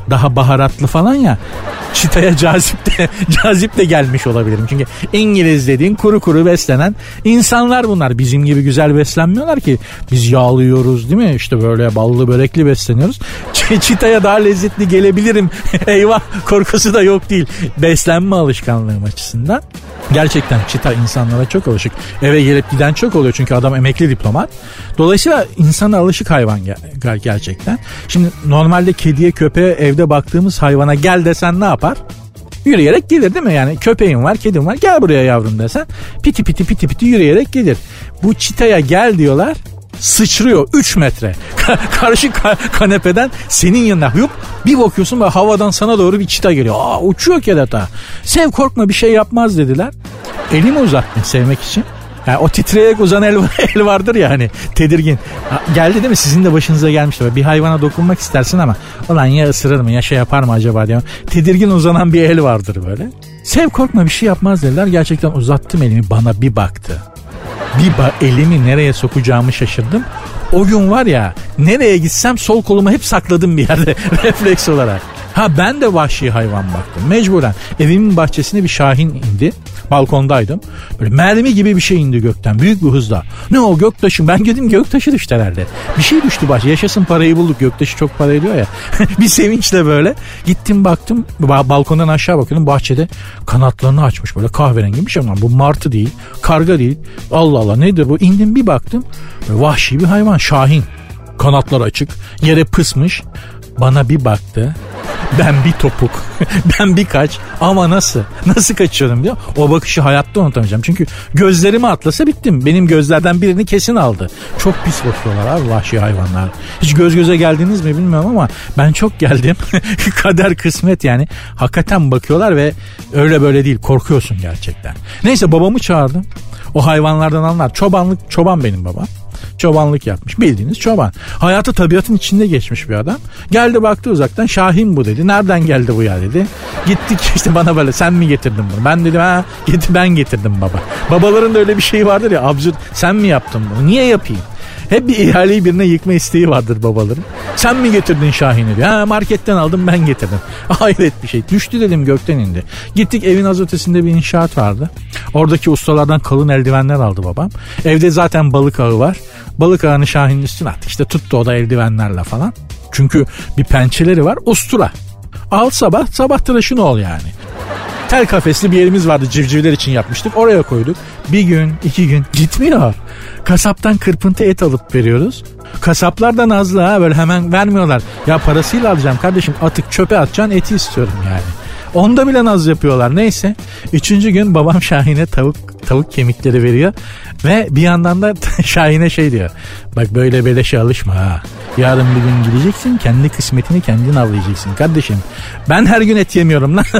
daha baharatlı falan ya. Çitaya cazip de, cazip de gelmiş olabilirim. Çünkü İngiliz dediğin kuru kuru beslenen insanlar bunlar. Bizim gibi güzel beslenmiyorlar ki. Biz yağlıyoruz değil mi? İşte böyle ballı börekli besleniyoruz. Çitaya daha lezzetli gelebilirim. Eyvah, korkusu da yok değil. Beslenme alışkanlığım açısından. Gerçekten çita insanlara çok alışık. Eve gelip giden çok oluyor çünkü adam emekli diplomat. Dolayısıyla insana alışık hayvan ger- gerçekten. Şimdi normalde kediye köpeğe evde baktığımız hayvana gel desen ne yapar? Yürüyerek gelir değil mi? Yani köpeğin var, kedin var, gel buraya yavrum desen piti piti piti piti yürüyerek gelir. Bu çitaya gel diyorlar, sıçrıyor üç metre karşı ka- kanepeden senin yanına hüp bir bakıyorsun ve havadan sana doğru bir çita geliyor. Aa, uçuyor kerata. Sev, korkma, bir şey yapmaz dediler. Elimi uzattım sevmek için. Yani o titreyerek uzan el, el vardır ya hani, tedirgin. Geldi değil mi? Sizin de başınıza gelmişti. Bir hayvana dokunmak istersin ama ulan ya ısırır mı ya şey yapar mı acaba diye. Tedirgin uzanan bir el vardır böyle. Sev, korkma, bir şey yapmaz dediler. Gerçekten uzattım elimi, bana bir baktı. Bir ba- elimi nereye sokacağımı şaşırdım. O gün var ya, nereye gitsem sol kolumu hep sakladım bir yerde refleks olarak. Ha, ben de vahşi hayvan baktım mecburen. Evimin bahçesine bir şahin indi. Balkondaydım. Böyle mermi gibi bir şey indi gökten büyük bir hızla. Ne o, göktaşı? Ben dedim göktaşı düştü herhalde. Bir şey düştü bahçe. Yaşasın, parayı bulduk. Göktaşı çok para ediyor ya. Bir sevinçle böyle gittim baktım. Balkondan aşağı bakıyordum. Bahçede kanatlarını açmış böyle kahverengi bir şey. Bu martı değil, karga değil. Allah Allah, nedir bu? İndim bir baktım. Böyle vahşi bir hayvan, şahin. Kanatlar açık. Yere pısmış. Bana bir baktı. Ben bir topuk. Ben bir kaç. Ama nasıl? Nasıl kaçıyorum diyor. O bakışı hayatta unutamayacağım. Çünkü gözlerimi atlasa bittim. Benim gözlerden birini kesin aldı. Çok pis bakıyorlar abi vahşi hayvanlar. Hiç göz göze geldiniz mi bilmiyorum ama ben çok geldim. Kader, kısmet yani. Hakikaten bakıyorlar ve öyle böyle değil. Korkuyorsun gerçekten. Neyse, babamı çağırdım. O hayvanlardan anlar. Çobanlık, çoban benim babam. Çobanlık yapmış. Bildiğiniz çoban. Hayatı tabiatın içinde geçmiş bir adam. Geldi baktı uzaktan. Şahin bu dedi. Nereden geldi bu ya dedi. Gittik işte, bana böyle sen mi getirdin bunu? Ben dedim ha getir, ben getirdim baba. Babaların da öyle bir şey vardır ya, absürt. Sen mi yaptın bunu? Niye yapayım? Hep bir ihaleyi birine yıkma isteği vardır babaların. Sen mi getirdin Şahin'i diyor. Ha, marketten aldım, ben getirdim. Hayret bir şey. Düştü dedim, gökten indi. Gittik, evin az ötesinde bir inşaat vardı. Oradaki ustalardan kalın eldivenler aldı babam. Evde zaten balık ağı var. Balık ağını Şahin'in üstüne attık. İşte tuttu o da eldivenlerle falan. Çünkü bir pençeleri var, ustura. Al sabah, sabah tıraşın ol yani. Tel kafesli bir yerimiz vardı, civcivler için yapmıştık. Oraya koyduk. Bir gün, iki gün gitmiyor. Kasaptan kırpıntı et alıp veriyoruz. Kasaplar da nazlı ha, böyle hemen vermiyorlar. Ya parasıyla alacağım kardeşim, atık çöpe atacaksın, eti istiyorum yani. Onda bile naz yapıyorlar. Neyse. Üçüncü gün babam Şahin'e tavuk tavuk kemikleri veriyor. Ve bir yandan da Şahin'e şey diyor. Bak böyle beleşe alışma ha. Yarın bir gün gideceksin, kendi kısmetini kendin avlayacaksın kardeşim. Ben her gün et yemiyorum lan.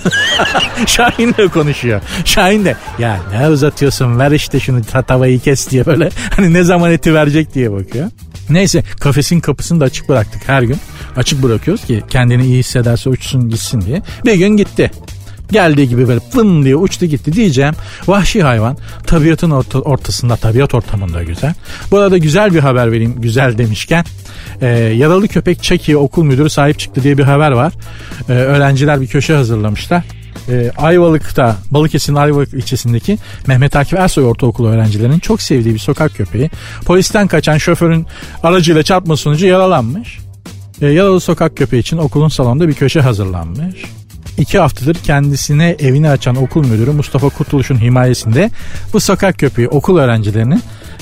Şahin'le konuşuyor. Şahin de ya ne uzatıyorsun, ver işte şunu, tavayı kes diye böyle. Hani ne zaman eti verecek diye bakıyor. Neyse, kafesin kapısını da açık bıraktık her gün. Açık bırakıyoruz ki kendini iyi hissederse uçsun gitsin diye. Bir gün gitti. Geldiği gibi böyle fın diye uçtu gitti diyeceğim. Vahşi hayvan tabiatın orta, ortasında, tabiat ortamında güzel. Bu arada güzel bir haber vereyim, güzel demişken. Ee, yaralı köpek Chucky'ye okul müdürü sahip çıktı diye bir haber var. Ee, öğrenciler bir köşe hazırlamışlar. Ee, Ayvalık'ta, Balıkesir'in Ayvalık ilçesindeki Mehmet Akif Ersoy Ortaokulu öğrencilerinin çok sevdiği bir sokak köpeği polisten kaçan şoförün aracıyla çarpma sonucu yaralanmış. Ee, yaralı sokak köpeği için okulun salonunda bir köşe hazırlanmış. İki haftadır kendisine evini açan okul müdürü Mustafa Kurtuluş'un himayesinde bu sokak köpeği okul öğrencilerinin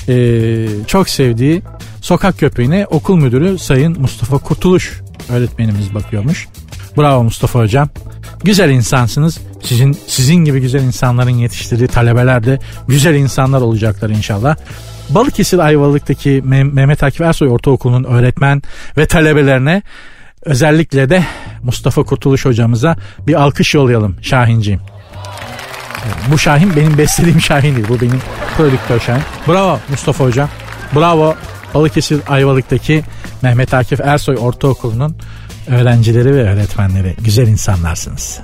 e, çok sevdiği sokak köpeğine okul müdürü Sayın Mustafa Kurtuluş öğretmenimiz bakıyormuş. Bravo Mustafa hocam. Güzel insansınız. Sizin sizin gibi güzel insanların yetiştirdiği talebeler de güzel insanlar olacaklar inşallah. Balıkesir Ayvalık'taki Meh- Mehmet Akif Ersoy Ortaokulu'nun öğretmen ve talebelerine, özellikle de Mustafa Kurtuluş hocamıza bir alkış yollayalım Şahinciğim. Bu Şahin benim beslediğim Şahin değil. Bu benim prodüktör Şahin. Bravo Mustafa hocam. Bravo Balıkesir Ayvalık'taki Mehmet Akif Ersoy Ortaokulu'nun öğrencileri ve öğretmenleri. Güzel insanlarsınız.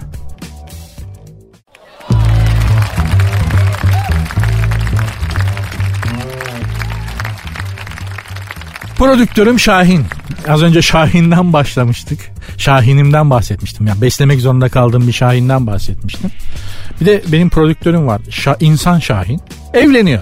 Prodüktörüm Şahin. Az önce Şahin'den başlamıştık. Şahinimden bahsetmiştim. Yani beslemek zorunda kaldığım bir Şahinden bahsetmiştim. Bir de benim prodüktörüm var. Şa- İnsan Şahin. Evleniyor.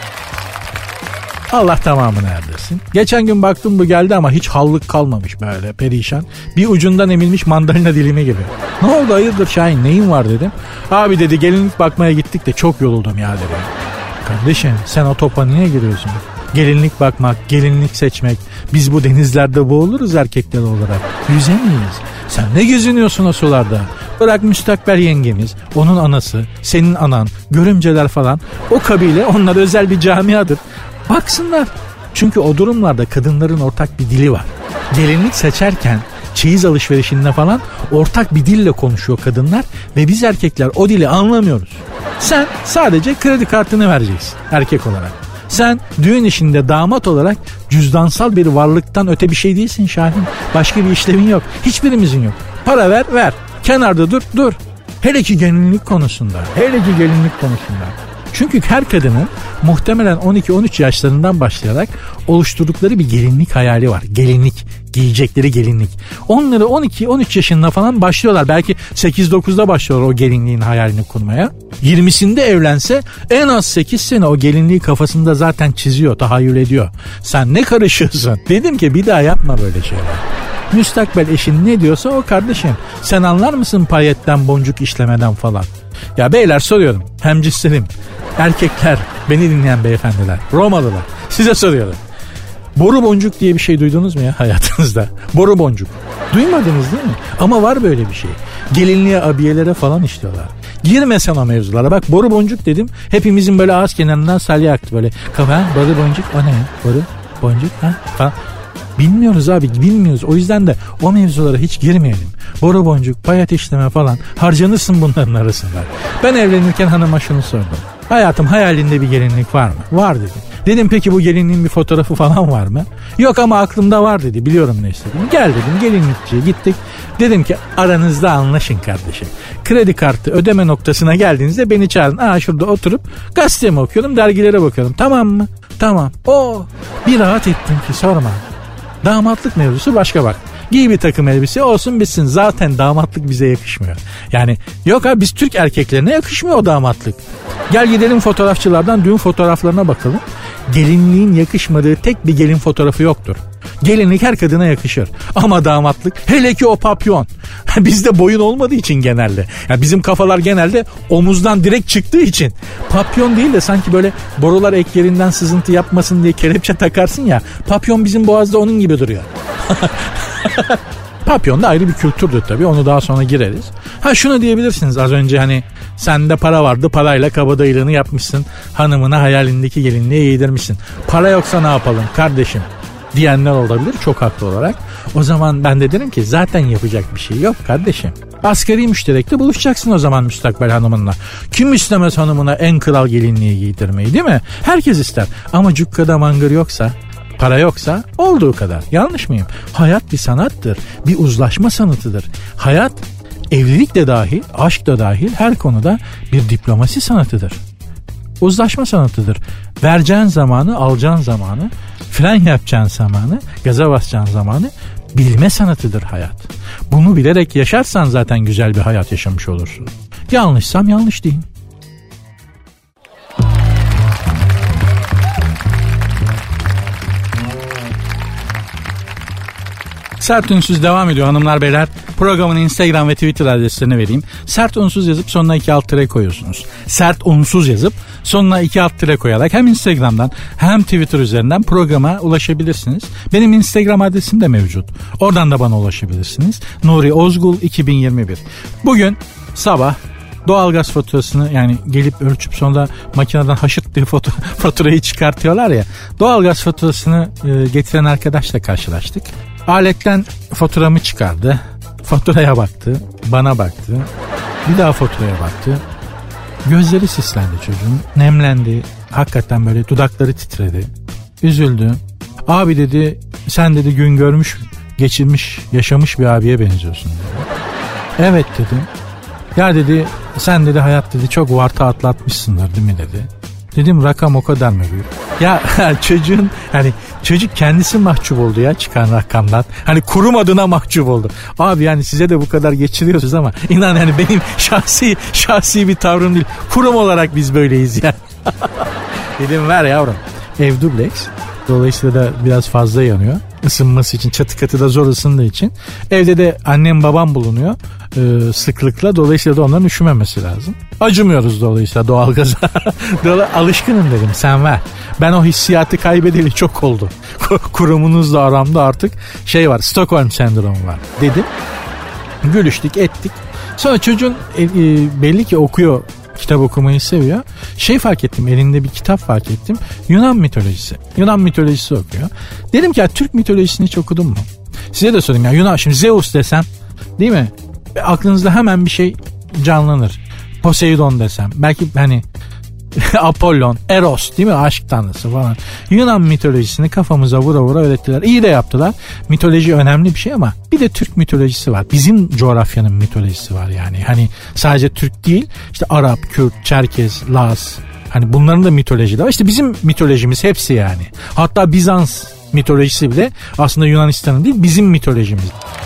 Allah tamamını erdirsin. Geçen gün baktım bu geldi ama hiç hallık kalmamış böyle perişan. Bir ucundan emilmiş mandalina dilimi gibi. Ne oldu hayırdır Şahin, neyin var dedim. Abi dedi gelinlik bakmaya gittik de çok yoruldum ya dedi. Kardeşim sen o topa niye giriyorsun? Gelinlik bakmak, gelinlik seçmek. Biz bu denizlerde boğuluruz erkekler olarak. Yüzemeyiz. Sen ne geziniyorsun o sularda? Bırak müstakbel yengemiz, onun anası, senin anan, görümceler falan. O kabile onlar özel bir camiadır. Baksınlar. Çünkü o durumlarda kadınların ortak bir dili var. Gelinlik seçerken çeyiz alışverişinde falan ortak bir dille konuşuyor kadınlar ve biz erkekler o dili anlamıyoruz. Sen sadece kredi kartını vereceksin erkek olarak. Sen düğün işinde damat olarak cüzdansal bir varlıktan öte bir şey değilsin Şahin. Başka bir işlevin yok. Hiçbirimizin yok. Para ver, ver. Kenarda dur, dur. Hele ki gelinlik konusunda. Hele ki gelinlik konusunda. Çünkü her kadının muhtemelen on iki on üç yaşlarından başlayarak oluşturdukları bir gelinlik hayali var. Gelinlik, giyecekleri gelinlik. Onları on iki on üç yaşında falan başlıyorlar. Belki sekiz dokuzda başlıyorlar o gelinliğin hayalini kurmaya. yirmisinde evlense en az sekiz sene o gelinliği kafasında zaten çiziyor, tahayyül ediyor. Sen ne karışıyorsun? Dedim ki bir daha yapma böyle şeyler. Müstakbel eşin ne diyorsa o kardeşim. Sen anlar mısın payetten, boncuk işlemeden falan? Ya beyler soruyorum. Hemcinslerim, erkekler, beni dinleyen beyefendiler, Romalılar. Size soruyorum. Boru boncuk diye bir şey duydunuz mu ya hayatınızda? Boru boncuk. Duymadınız değil mi? Ama var böyle bir şey. Gelinliğe, abiyelere falan işliyorlar. Girme sen o mevzulara. Bak boru boncuk dedim. Hepimizin böyle ağız kenarından salya aktı böyle. Kafa, boru boncuk o ne ya? Boru boncuk ha falan. Bilmiyoruz abi, bilmiyoruz. O yüzden de o mevzulara hiç girmeyelim. Boru boncuk, payet işleme falan harcanırsın bunların arasında. Ben evlenirken hanıma şunu sordum. Hayatım hayalinde bir gelinlik var mı? Var dedi. Dedim peki bu gelinliğin bir fotoğrafı falan var mı? Yok ama aklımda var dedi. Biliyorum ne istediğimi. Gel dedim gelinlikçiye gittik. Dedim ki aranızda anlaşın kardeşim. Kredi kartı ödeme noktasına geldiğinizde beni çağırın. Aa şurada oturup gazetemi okuyorum, dergilere bakıyorum. Tamam mı? Tamam. Oo, bir rahat ettim ki sorma. Damatlık mevzusu başka bak. Giy bir takım elbise olsun bitsin. Zaten damatlık bize yakışmıyor. Yani yok abi biz Türk erkeklerine yakışmıyor o damatlık. Gel gidelim fotoğrafçılardan düğün fotoğraflarına bakalım. Gelinliğin yakışmadığı tek bir gelin fotoğrafı yoktur. Gelinlik her kadına yakışır. Ama damatlık hele ki o papyon. Bizde boyun olmadığı için genelde. Yani bizim kafalar genelde omuzdan direkt çıktığı için. Papyon değil de sanki böyle borular ek yerinden sızıntı yapmasın diye kelepçe takarsın ya. Papyon bizim boğazda onun gibi duruyor. Papyon da ayrı bir kültürdür tabii. Onu daha sonra gireriz. Ha şunu diyebilirsiniz az önce hani sende para vardı parayla kabadayılığını yapmışsın. Hanımına hayalindeki gelinliği giydirmişsin. Para yoksa ne yapalım kardeşim diyenler olabilir çok haklı olarak. O zaman ben de derim ki zaten yapacak bir şey yok kardeşim. Asgari müşterekte buluşacaksın o zaman müstakbel hanımınla. Kim istemez hanımına en kral gelinliği giydirmeyi değil mi? Herkes ister ama cukkada mangır yoksa, para yoksa olduğu kadar. Yanlış mıyım? Hayat bir sanattır. Bir uzlaşma sanatıdır. Hayat evlilik de dahil, aşk da dahil her konuda bir diplomasi sanatıdır. Uzlaşma sanatıdır. Vereceğin zamanı, alacağın zamanı, fren yapacağın zamanı, gaza basacağın zamanı bilme sanatıdır hayat. Bunu bilerek yaşarsan zaten güzel bir hayat yaşamış olursun. Yanlışsam yanlış diyeyim. Sert Unsuz devam ediyor hanımlar beyler. Programın Instagram ve Twitter adreslerini vereyim. Sert Unsuz yazıp sonuna iki alt tire koyuyorsunuz. Sert Unsuz yazıp sonuna iki alt tire koyarak hem Instagram'dan hem Twitter üzerinden programa ulaşabilirsiniz. Benim Instagram adresim de mevcut. Oradan da bana ulaşabilirsiniz. Nuri Ozgul iki bin yirmi bir. Bugün sabah doğalgaz faturasını yani gelip ölçüp sonra makineden haşırt diye faturayı çıkartıyorlar ya. Doğalgaz faturasını e, getiren arkadaşla karşılaştık. Aletten faturamı çıkardı. Faturaya baktı. Bana baktı. Bir daha faturaya baktı. Gözleri sislendi çocuğun. Nemlendi. Hakikaten böyle dudakları titredi. Üzüldü. Abi dedi sen dedi gün görmüş, geçirmiş, yaşamış bir abiye benziyorsun dedi. Evet dedim. Ya dedi sen dedi hayat dedi çok varta atlatmışsındır değil mi dedi. Dedim rakam o kadar mı büyük? Ya çocuğun hani çocuk kendisi mahcup oldu ya çıkan rakamdan. Hani kurum adına mahcup oldu. Abi yani size de bu kadar geçiriyoruz ama inan yani benim şahsi şahsi bir tavrım değil. Kurum olarak biz böyleyiz yani. Dedim ver yavrum. Ev dubleks. Dolayısıyla da biraz fazla yanıyor. Isınması için, çatı katı da zor ısındığı için. Evde de annem babam bulunuyor e, sıklıkla. Dolayısıyla da onların üşümemesi lazım. Acımıyoruz dolayısıyla doğalgaza. Alışkınım dedim, sen ver. Ben o hissiyatı kaybedeli çok oldu. Kurumunuzla aramda artık şey var, Stockholm sendromu var dedim. Gülüştük ettik. Sonra çocuğun e, e, belli ki okuyor, kitap okumayı seviyor. Şey fark ettim, elinde bir kitap fark ettim. Yunan mitolojisi. Yunan mitolojisi okuyor. Dedim ki ya Türk mitolojisini hiç okudun mu? Size de sorayım ya, Yunan, şimdi Zeus desem değil mi? Aklınızda hemen bir şey canlanır. Poseidon desem. Belki hani Apollon, Eros değil mi? Aşk tanrısı falan. Yunan mitolojisini kafamıza vura vura öğrettiler. İyi de yaptılar. Mitoloji önemli bir şey ama bir de Türk mitolojisi var. Bizim coğrafyanın mitolojisi var yani. Hani sadece Türk değil, işte Arap, Kürt, Çerkez, Laz. Hani bunların da mitolojileri var. İşte bizim mitolojimiz hepsi yani. Hatta Bizans mitolojisi bile aslında Yunanistan'ın değil, bizim mitolojimiz.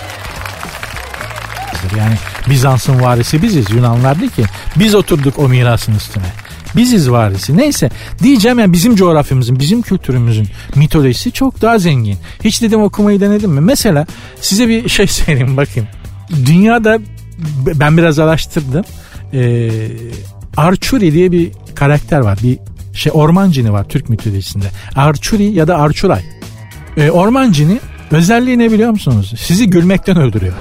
Yani Bizans'ın varisi biziz. Yunanlar değil ki. Biz oturduk o mirasın üstüne. Biziz varisi. Neyse diyeceğim yani bizim coğrafyamızın, bizim kültürümüzün mitolojisi çok daha zengin. Hiç dedim okumayı denedim mi? Mesela size bir şey söyleyeyim bakayım. Dünyada ben biraz araştırdım. Ee, Arçuri diye bir karakter var. Bir şey orman cini var Türk mitolojisinde. Arçuri ya da Arçuray. Ee, orman cini özelliği ne biliyor musunuz? Sizi gülmekten öldürüyor.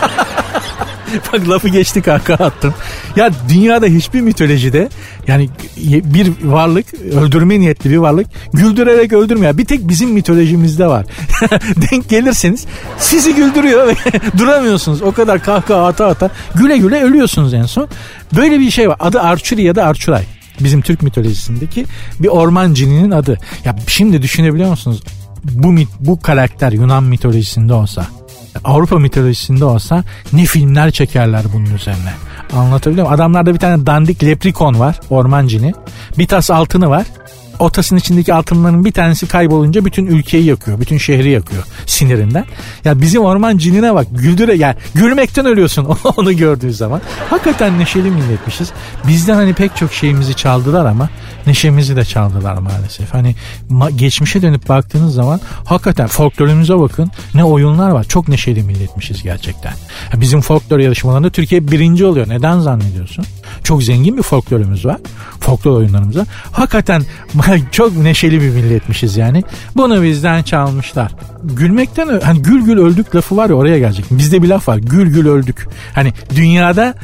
Bak lafı geçti, kahkaha attım. Ya dünyada hiçbir mitolojide yani bir varlık, öldürme niyetli bir varlık güldürerek öldürmüyor. Bir tek bizim mitolojimizde var. Denk gelirseniz sizi güldürüyor ve duramıyorsunuz. O kadar kahkaha ata ata güle güle ölüyorsunuz en son. Böyle bir şey var. Adı Arçuri ya da Arçuray. Bizim Türk mitolojisindeki bir orman cininin adı. Ya şimdi düşünebiliyor musunuz? Bu bu karakter Yunan mitolojisinde olsa, Avrupa mitolojisinde olsa ne filmler çekerler bunun üzerine. Anlatabiliyor muyum? Adamlarda bir tane dandik leprikon var, orman cini. Bir tas altını var. O tasın içindeki altınların bir tanesi kaybolunca bütün ülkeyi yakıyor. Bütün şehri yakıyor sinirinden. Ya bizim orman cinine bak, güldüre yani gülmekten ölüyorsun onu gördüğü zaman. Hakikaten neşeli milletmişiz. Bizden hani pek çok şeyimizi çaldılar ama neşemizi de çaldılar maalesef. Hani ma- geçmişe dönüp baktığınız zaman hakikaten folklorumuza bakın, ne oyunlar var. Çok neşeli milletmişiz gerçekten. Bizim folklor yarışmalarında Türkiye birinci oluyor. Neden zannediyorsun? Çok zengin bir folklorumuz var. Folklor oyunlarımız var. Hakikaten çok neşeli bir milletmişiz yani. Bunu bizden çalmışlar. Gülmekten hani gül gül öldük lafı var ya, oraya gelecek. Bizde bir laf var. Gül gül öldük. Hani dünyada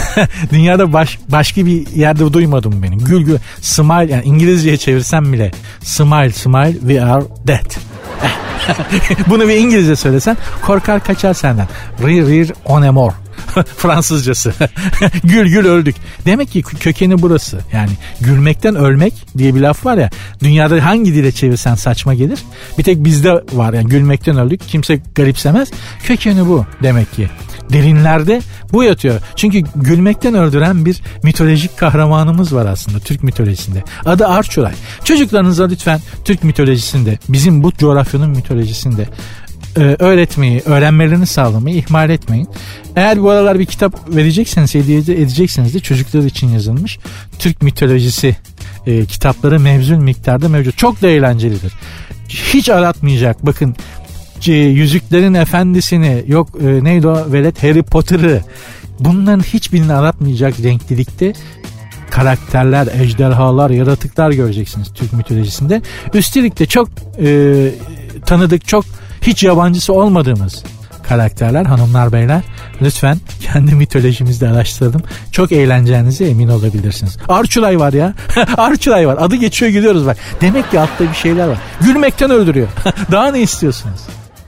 dünyada baş, başka bir yerde duymadım benim. Gül gül smile, yani İngilizceye çevirsem bile smile smile we are dead. Bunu bir İngilizce söylesen korkar kaçar senden. Rear rear on a more. Fransızcası. Gül gül öldük. Demek ki kökeni burası. Yani gülmekten ölmek diye bir laf var ya. Dünyada hangi dile çevirsen saçma gelir. Bir tek bizde var yani, gülmekten öldük. Kimse garipsemez. Kökeni bu demek ki. Derinlerde bu yatıyor. Çünkü gülmekten öldüren bir mitolojik kahramanımız var aslında Türk mitolojisinde. Adı Arçuray. Çocuklarınıza lütfen Türk mitolojisinde, bizim bu coğrafyanın mitolojisinde öğretmeyi, öğrenmelerini sağlamayı ihmal etmeyin. Eğer bu aralar bir kitap verecekseniz, hediye edecekseniz de çocuklar için yazılmış Türk mitolojisi e, kitapları mevzul miktarda mevcut. Çok da eğlencelidir. Hiç aratmayacak. Bakın Yüzüklerin Efendisi'ni, yok e, neydi o velet, Harry Potter'ı, bunların hiçbirini aratmayacak renklilikte karakterler, ejderhalar, yaratıklar göreceksiniz Türk mitolojisinde. Üstelik de çok e, tanıdık, çok hiç yabancısı olmadığımız karakterler. Hanımlar beyler, lütfen kendi mitolojimizde araştıralım. Çok eğleneceğinize emin olabilirsiniz. Arçulay var ya. Arçulay var. Adı geçiyor, gülüyoruz bak. Demek ki altta bir şeyler var. Gülmekten öldürüyor. Daha ne istiyorsunuz?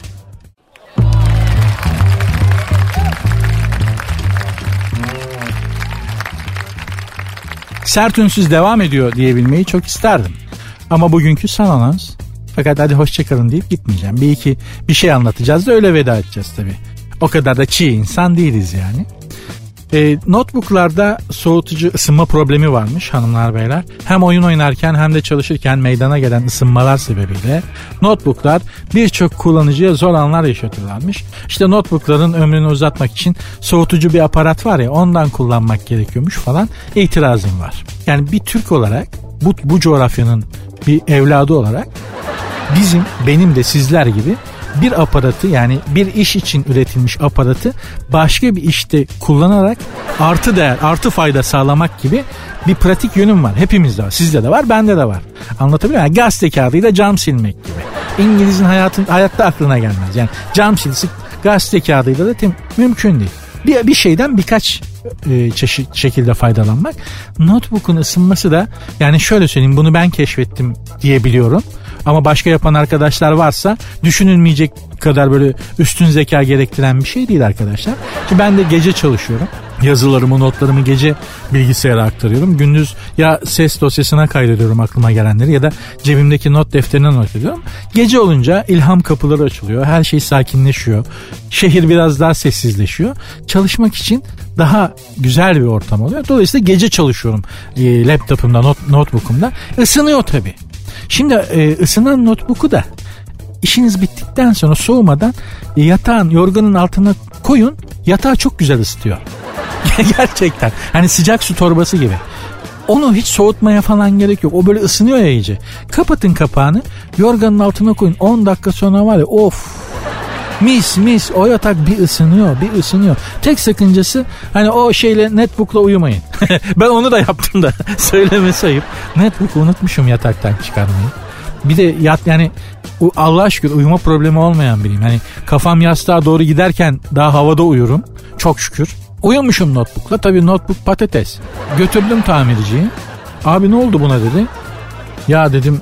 Sert Ünsüz devam ediyor diyebilmeyi çok isterdim. Ama bugünkü son anons. Fakat hadi hoşçakalın deyip gitmeyeceğim. Bir iki bir şey anlatacağız da öyle veda edeceğiz tabii. O kadar da çiğ insan değiliz yani. E, notebooklarda soğutucu ısınma problemi varmış hanımlar beyler. Hem oyun oynarken hem de çalışırken meydana gelen ısınmalar sebebiyle notebooklar birçok kullanıcıya zor anlar yaşatırlarmış. İşte notebookların ömrünü uzatmak için soğutucu bir aparat var ya, ondan kullanmak gerekiyormuş falan, itirazım var. Yani bir Türk olarak, bu, bu coğrafyanın bir evladı olarak bizim, benim de sizler gibi bir aparatı, yani bir iş için üretilmiş aparatı başka bir işte kullanarak artı değer, artı fayda sağlamak gibi bir pratik yönüm var. Hepimizde var. Sizde de var, bende de var. Anlatabiliyor muyum? Yani gazete kağıdıyla cam silmek gibi. İngiliz'in hayatın, hayatta aklına gelmez. Yani cam silsi gazete kağıdıyla da tem- mümkün değil. Bir, bir şeyden birkaç e, çeşit şekilde faydalanmak. Notebook'un ısınması da, yani şöyle söyleyeyim, bunu ben keşfettim diyebiliyorum. Ama başka yapan arkadaşlar varsa düşünülmeyecek kadar böyle üstün zeka gerektiren bir şey değil arkadaşlar. Ki ben de gece çalışıyorum. Yazılarımı, notlarımı gece bilgisayara aktarıyorum. Gündüz ya ses dosyasına kaydediyorum aklıma gelenleri ya da cebimdeki not defterine not ediyorum. Gece olunca ilham kapıları açılıyor. Her şey sakinleşiyor. Şehir biraz daha sessizleşiyor. Çalışmak için daha güzel bir ortam oluyor. Dolayısıyla gece çalışıyorum e, laptopumda, not, notebook'umda. Isınıyor tabii. Şimdi e, ısınan notebook'u da işiniz bittikten sonra soğumadan e, yatağın, yorganın altına koyun. Yatağı çok güzel ısıtıyor. Gerçekten. Hani sıcak su torbası gibi. Onu hiç soğutmaya falan gerek yok. O böyle ısınıyor ya iyice. Kapatın kapağını. Yorganın altına koyun. on dakika sonra var ya, of. Mis mis, o yatak bir ısınıyor, bir ısınıyor. Tek sakıncası hani o şeyle, netbook'la uyumayın. Ben onu da yaptım da söylemesi ayıp. Netbook'u unutmuşum yataktan çıkarmayı. Bir de yat, yani Allah aşkına uyuma problemi olmayan biriyim. Hani kafam yastığa doğru giderken daha havada uyurum. Çok şükür. Uyumuşum notebook'la. Tabii notebook patates. Götürdüm tamirciye. Abi ne oldu buna dedi. Ya dedim,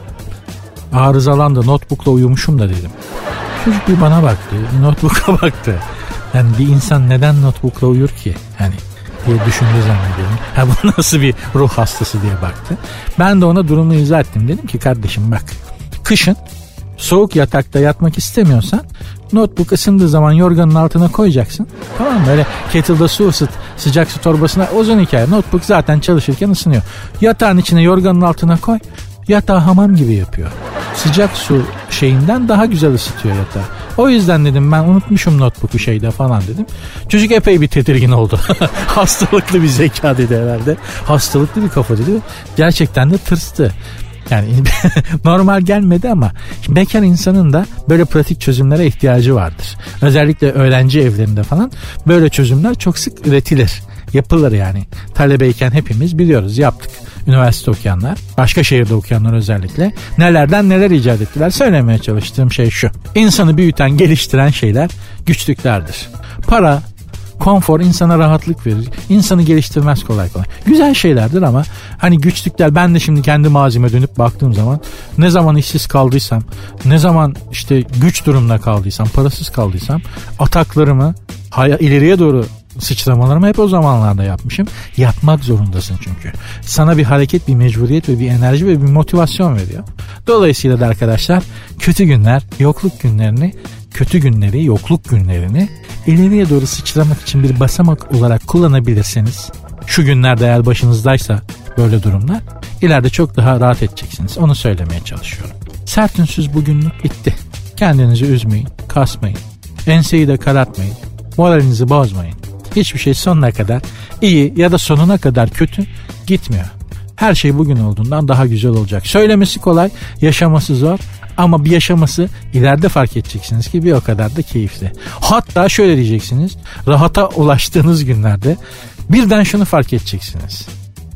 arızalandı, notebook'la uyumuşum da dedim. Çocuk bir bana baktı, notebook'a baktı. Yani bir insan neden notebook'la uyur ki? Yani diye düşündü zannediyorum. Ha, bu nasıl bir ruh hastası diye baktı. Ben de ona durumu izah ettim. Dedim ki kardeşim bak, kışın soğuk yatakta yatmak istemiyorsan notebook ısındığı zaman yorganın altına koyacaksın. Tamam mı? Böyle kettle'da su ısıt, sıcak su torbasına, uzun hikaye. Notebook zaten çalışırken ısınıyor. Yatağın içine, yorganın altına koy. Yatağı hamam gibi yapıyor. Sıcak su şeyinden daha güzel ısıtıyor yatağı. O yüzden dedim ben unutmuşum notebook'u şeyde falan dedim. Çocuk epey bir tedirgin oldu. Hastalıklı bir zeka dedi herhalde. Hastalıklı bir kafa dedi. Gerçekten de tırstı. Yani normal gelmedi ama bekar insanın da böyle pratik çözümlere ihtiyacı vardır. Özellikle öğrenci evlerinde falan böyle çözümler çok sık üretilir. Yapılır yani. Talebeyken hepimiz biliyoruz, yaptık. Üniversite okuyanlar, başka şehirde okuyanlar özellikle nelerden neler icat ettiler. Söylemeye çalıştığım şey şu: İnsanı büyüten, geliştiren şeyler güçlüklerdir. Para, konfor insana rahatlık verir. İnsanı geliştirmez kolay kolay. Güzel şeylerdir ama hani güçlükler, ben de şimdi kendi mazime dönüp baktığım zaman ne zaman işsiz kaldıysam, ne zaman işte güç durumda kaldıysam, parasız kaldıysam ataklarımı hay- ileriye doğru sıçramalarımı hep o zamanlarda yapmışım. Yapmak zorundasın çünkü. Sana bir hareket, bir mecburiyet ve bir enerji ve bir motivasyon veriyor. Dolayısıyla da arkadaşlar, kötü günler, yokluk günlerini, kötü günleri, yokluk günlerini ileriye doğru sıçramak için bir basamak olarak kullanabilirseniz, şu günlerde eğer başınızdaysa böyle durumlar, ileride çok daha rahat edeceksiniz. Onu söylemeye çalışıyorum. Sert Ünsüz bugünlük bitti. Kendinizi üzmeyin, kasmayın. Enseyi de karartmayın. Moralinizi bozmayın. Hiçbir şey sonuna kadar iyi ya da sonuna kadar kötü gitmiyor. Her şey bugün olduğundan daha güzel olacak. Söylemesi kolay, yaşaması zor. Ama bir yaşaması ileride fark edeceksiniz ki bir o kadar da keyifli. Hatta şöyle diyeceksiniz: rahata ulaştığınız günlerde birden şunu fark edeceksiniz.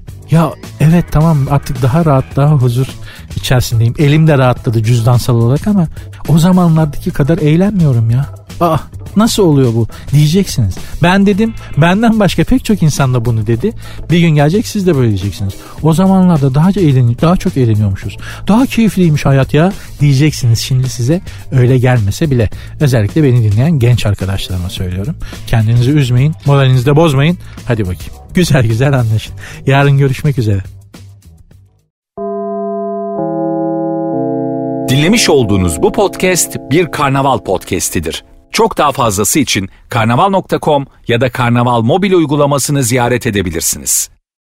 Ya evet, tamam, artık daha rahat, daha huzur içerisindeyim. Elim de rahatladı cüzdansal olarak ama o zamanlardaki kadar eğlenmiyorum ya. Aa, nasıl oluyor bu diyeceksiniz. Ben dedim, benden başka pek çok insan da bunu dedi. Bir gün gelecek, siz de böyle diyeceksiniz. O zamanlarda daha, eğleni- daha çok eğleniyormuşuz. Daha keyifliymiş hayat ya diyeceksiniz. Şimdi size öyle gelmese bile. Özellikle beni dinleyen genç arkadaşlarıma söylüyorum. Kendinizi üzmeyin, moralinizi de bozmayın. Hadi bakayım, güzel güzel anlaşın. Yarın görüşmek üzere.
Dinlemiş olduğunuz bu podcast bir Karnaval podcastidir. Çok daha fazlası için karnaval nokta com ya da Karnaval mobil uygulamasını ziyaret edebilirsiniz.